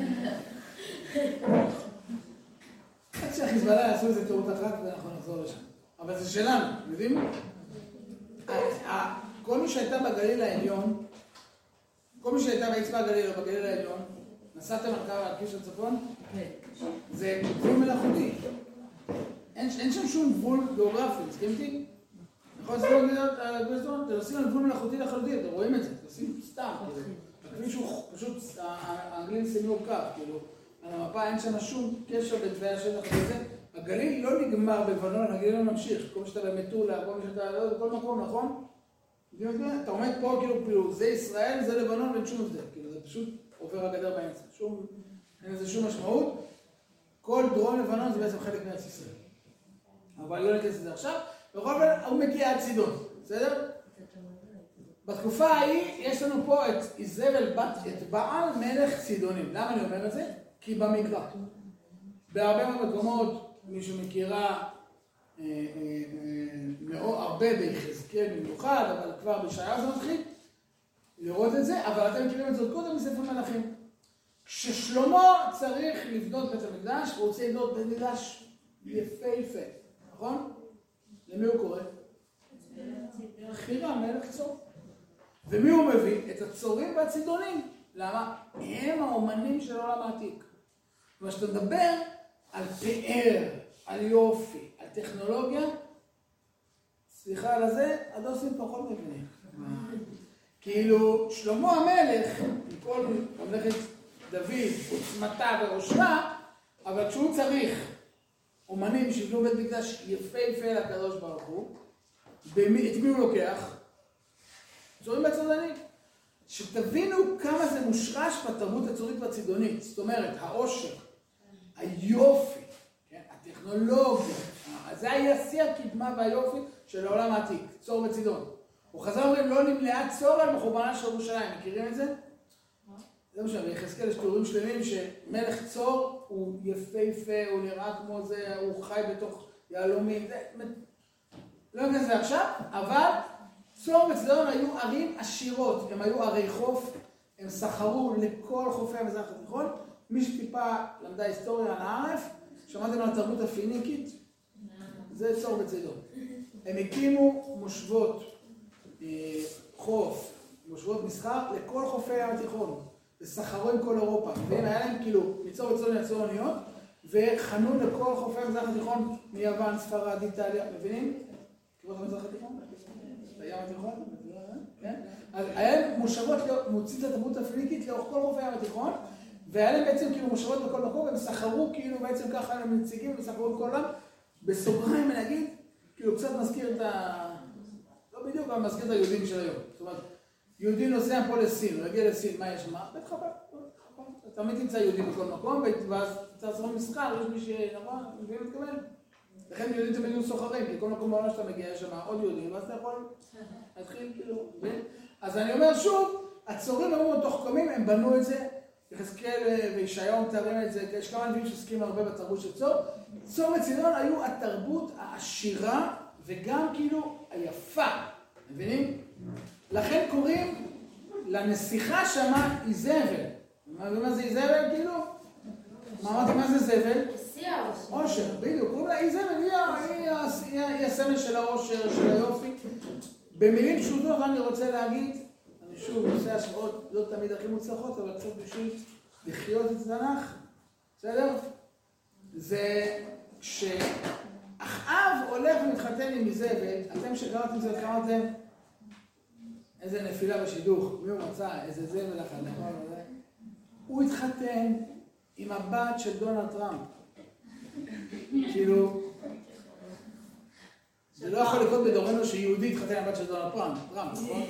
עד שהחיזבאללה יעשו איזה תירוץ אחת ואנחנו נחזור לשם. אבל זה שלנו, יודעים? כל מי שהייתה בגליל העליון, כל מי מי שהייתה באצבע הגליל או בגליל העליון, נסעתם על כביש הצפון, זה גבול מלאכותי. אין שם שום גבול גיאוגרפי, מסכים איתי? נכון, אתם עושים על גבול מלאכותי לחלוטין, אתם רואים את זה, אתם עושים סתם, הכביש הוא פשוט, האנגלים סיימו קו, כאילו, על המפה אין שם שום קשר בין תוואי השטח וזה, הגליל לא נגמר בלבנון, הגליל לא ממשיך, כל שאתה במטולה, כל שאתה בכל מקום, נכון? אתה עומד פה, כאילו, זה ישראל, זה לבנון, ואין שום הבדל, כאילו, זה פשוט עובר הגדר באמצע, אין לזה שום משמעות, כל דרום לבנון זה בעצם חלק מארץ ישראל. אבל לא ניכנס לזה עכשיו, בכל אופן הוא מגיע עד צידון, בסדר? בתקופה ההיא יש לנו פה את איזבל בת אתבעל מלך צידונים. למה אני אומר את זה? כי במקרא. בהרבה מקומות, מישהו מכירה הרבה ביחזקאל במיוחד, אבל כבר בישעיהו זה מתחיל לראות את זה, אבל אתם מכירים את זה עוד קודם מספר מלכים. כששלמה צריך לבנות בית המקדש, הוא רוצה לבנות בית מקדש יפהפה, נכון? למי הוא קורא? חירם, מלך צור. ומי הוא מביא? את הצורים והצידונים. למה? הם האומנים של העולם העתיק. אבל כשאתה מדבר על פאר, על יופי, על טכנולוגיה, סליחה על זה, הדוסים פחות מבינים. כאילו, שלמה המלך, מכל ממלכת דוד, עוצמתה וראשה, אבל כשהוא צריך אומנים שיבנו בית מקדש יפהפה לקדוש ברוך הוא, את מי הוא לוקח? צורים והצידונים. שתבינו כמה זה מושרש בתרבות הצורית והצידונית. זאת אומרת, העושר, היופי, כן? הטכנולוגיה, זה היה שיא הקדמה והיופי של העולם העתיק, צור וצידון. וחז"ל אומרים, לא נמלאה צור על מחורבנה של ירושלים. מכירים את זה? זה מה ביחזקאל יש תיאורים שלמים שמלך צור הוא יפהפה, הוא נראה כמו זה, הוא חי בתוך יהלומים, לא ניכנס לזה עכשיו, אבל צור וצידון היו ערים עשירות, הם היו ערי חוף, הם סחרו לכל חופי המזרח התיכון. מי שטיפה למדה היסטוריה על הערף, שמעתם על התרבות הפיניקית, זה צור וצידון. הם הקימו מושבות חוף, מושבות מסחר לכל חופי הים התיכון. וסחרו עם כל אירופה, והם היה להם כאילו מצור וצידון יצאו אוניות, וחנו לכל חופי המזרח התיכון, מיוון, ספרד, איטליה, מבינים? כיוות המזרח התיכון? הים התיכון? כן? אז היה להם מושבות, מוצאים את התרבות הפיניקית לאורך כל חופי הים התיכון, והיה להם בעצם כאילו מושבות בכל מקום, והם סחרו כאילו בעצם ככה הם נציגים, וסחרו את כל העולם. בסוגריים אני אגיד, כאילו קצת מזכיר את לא בדיוק, אבל מזכיר את היהודים של היום. זאת אומרת, יהודי נוסע פה לסין, הוא יגיע לסין, מה יש מה? בית חב"ד. תמיד תמצא יהודי בכל מקום, ואז תעצרו מסחר, יש מי שנורא, מביאים להתקבל. לכן יהודים תמיד יהיו סוחרים, כי כל מקום בעולם שאתה מגיע יש שם עוד יהודים, ואז אתה יכול להתחיל כאילו, אז אני אומר שוב, הצורים היו מתוחכמים, הם בנו את זה, יחזקאל וישעיהו מתארים את זה, יש כמה נביאים שעוסקים הרבה בתרבות של צור. צור וצידון היו התרבות העשירה, וגם כאילו היפה, מבינים? לכן קוראים לנסיכה שמה איזבל. מה זה איזבל כאילו? מה זה זבל? עושר, בדיוק. קוראים לה איזבל, היא הסמל של העושר, של היופי. במילים פשוטות אני רוצה להגיד, אני שוב עושה השוואות לא תמיד הכי מוצלחות, אבל קצת בשביל לחיות את התנ"ך, בסדר? זה כשאחאב הולך ומתחתן עם איזבל, אתם שקראתם את זה, קראתם איזה נפילה בשידוך, מי הוא מצא, איזה זבל אחד, נכון? הוא התחתן עם הבת של דונלד טראמפ. כאילו, זה לא יכול לקרות בדורנו שיהודי התחתן עם הבת של דונלד טראמפ, נכון?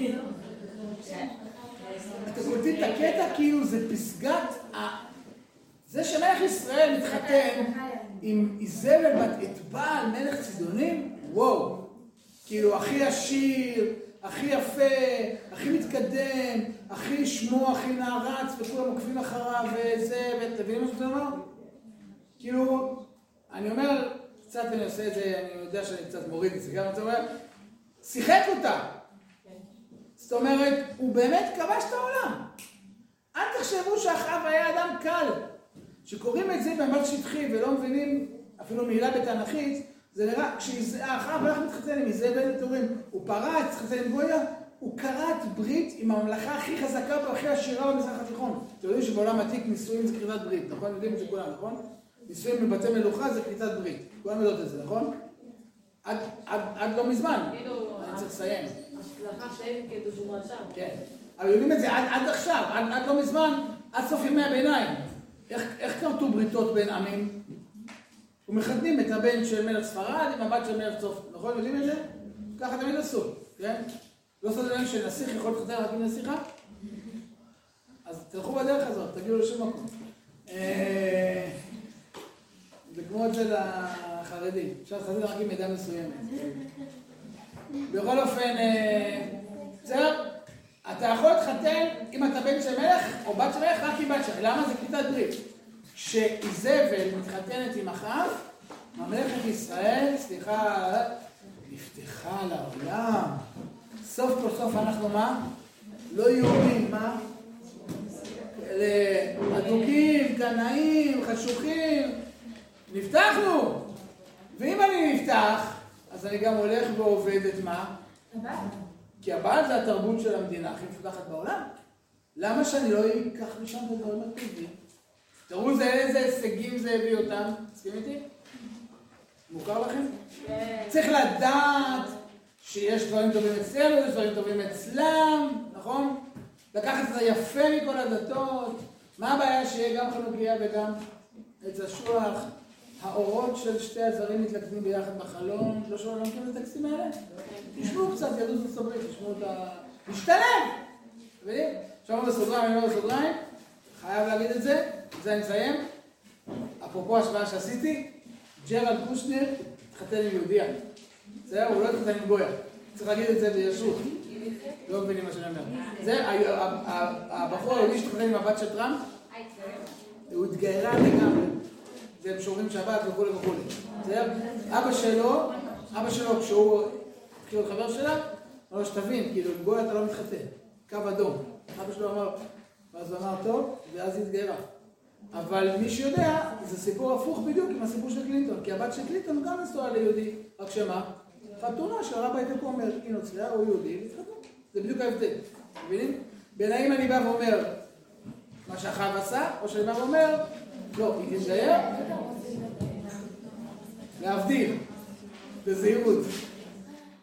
אתם קולטים את הקטע, כאילו זה פסגת, זה שמלך ישראל מתחתן עם איזבל בת אתבעל מלך צידונים, וואו, כאילו הכי עשיר, הכי יפה, הכי מתקדם, הכי שמו, הכי נערץ, וכולם עוקבים אחריו וזה, ותבינים מה שאתה אומר? כאילו, אני אומר, קצת אני עושה את זה, אני יודע שאני קצת מוריד את זה, גם אתה אומר, שיחק אותה. זאת אומרת, הוא באמת כבש את העולם. אל תחשבו שאחאב היה אדם קל. שקוראים את זה במבט שטחי ולא מבינים אפילו מילה בתנ"כית, זה נראה, כשאחאב הלך מתחתן עם איזבל, אתם אומרים, הוא פרץ, התחתן עם גויה, הוא קראת ברית עם הממלכה הכי חזקה והכי עשירה במזרח התיכון. אתם יודעים שבעולם עתיק נישואים זה כריתת ברית, נכון? יודעים את זה כולם, נכון? נישואים בבתי מלוכה זה כריתת ברית. כולם יודעות את זה, נכון? עד לא מזמן. אני צריך לסיים. לאחר שהם כדוגמה שם. כן. אבל יודעים את זה עד עכשיו, עד לא מזמן, עד סוף ימי הביניים. איך קרתו בריתות בין עמים? ומחתנים את הבן של מלך ספרד עם הבת של מלך צרפת. נכון? יודעים את זה? ככה תמיד עשו, כן? לא סוד להם שנסיך יכול להתחתן רק עם נסיכה? אז תלכו בדרך הזאת, תגיעו לשום מקום. זה כמו את זה לחרדים. אפשר לחתן רק עם מידע מסוימת. בכל אופן, בסדר? אתה יכול להתחתן אם אתה בן של מלך או בת של מלך רק עם בת של. למה? זה כריתת ברית. כשאיזבל מתחתנת עם אחאב, ממלכת ישראל, נפתחה לעולם. סוף כל סוף אנחנו מה? לא יהודים, מה? אדוקים, קנאים, חשוכים. נפתחנו! ואם אני נפתח, אז אני גם הולך ועובד את מה? הבעל. כי הבעל זה התרבות של המדינה הכי מפותחת בעולם. למה שאני לא אקח משם את הדברים הטובים? תראו איזה הישגים זה הביא אותם. מסכים איתי? מוכר לכם? צריך לדעת שיש דברים טובים אצלנו, יש דברים טובים אצלם, נכון? לקחת את זה יפה מכל הדתות. מה הבעיה שיהיה גם חנוכיה וגם עץ אשוח? האורות של שתי הזרים מתלכדים ביחד בחלון. לא שואלים את הטקסטים האלה? תשמעו קצת יהדות ארצות הברית, תשמעו את ה... משתלם! מבינים? עכשיו בסוגריים, אני לא בסוגריים, חייב להגיד את זה, בזה אני מסיים. אפרופו השוואה שעשיתי, ג'רלד קושנר התחתן עם יהודיה. זהו, הוא לא התחתן עם גויה. צריך להגיד את זה בישרות. לא מבינים מה שאני אומר. זה, הבחור היהודי שהתחתן עם הבת של טראמפ, הוא התגיירה לגמרי. זה הם שורים שבת וכו' וכו'. אבא שלו, כשהוא התחיל להיות חבר שלה, אמר לו שתבין, כאילו, עם גויה אתה לא מתחתן. קו אדום. אבא שלו אמר, ואז הוא אמר טוב, ואז היא התגיירה. אבל מי שיודע, זה סיפור הפוך בדיוק עם הסיפור של קלינטון, כי הבת של קלינטון גם נשואה ליהודי, רק שמה? חתונה של הרב הייטקומר, היא נוצריה, הוא יהודי, והתחתנו. זה בדיוק ההבדל. מבינים? בין האם אני בא ואומר מה שאחאב עשה, או שאני בא ואומר, לא, היא תתגייר, להבדיל, בזהירות.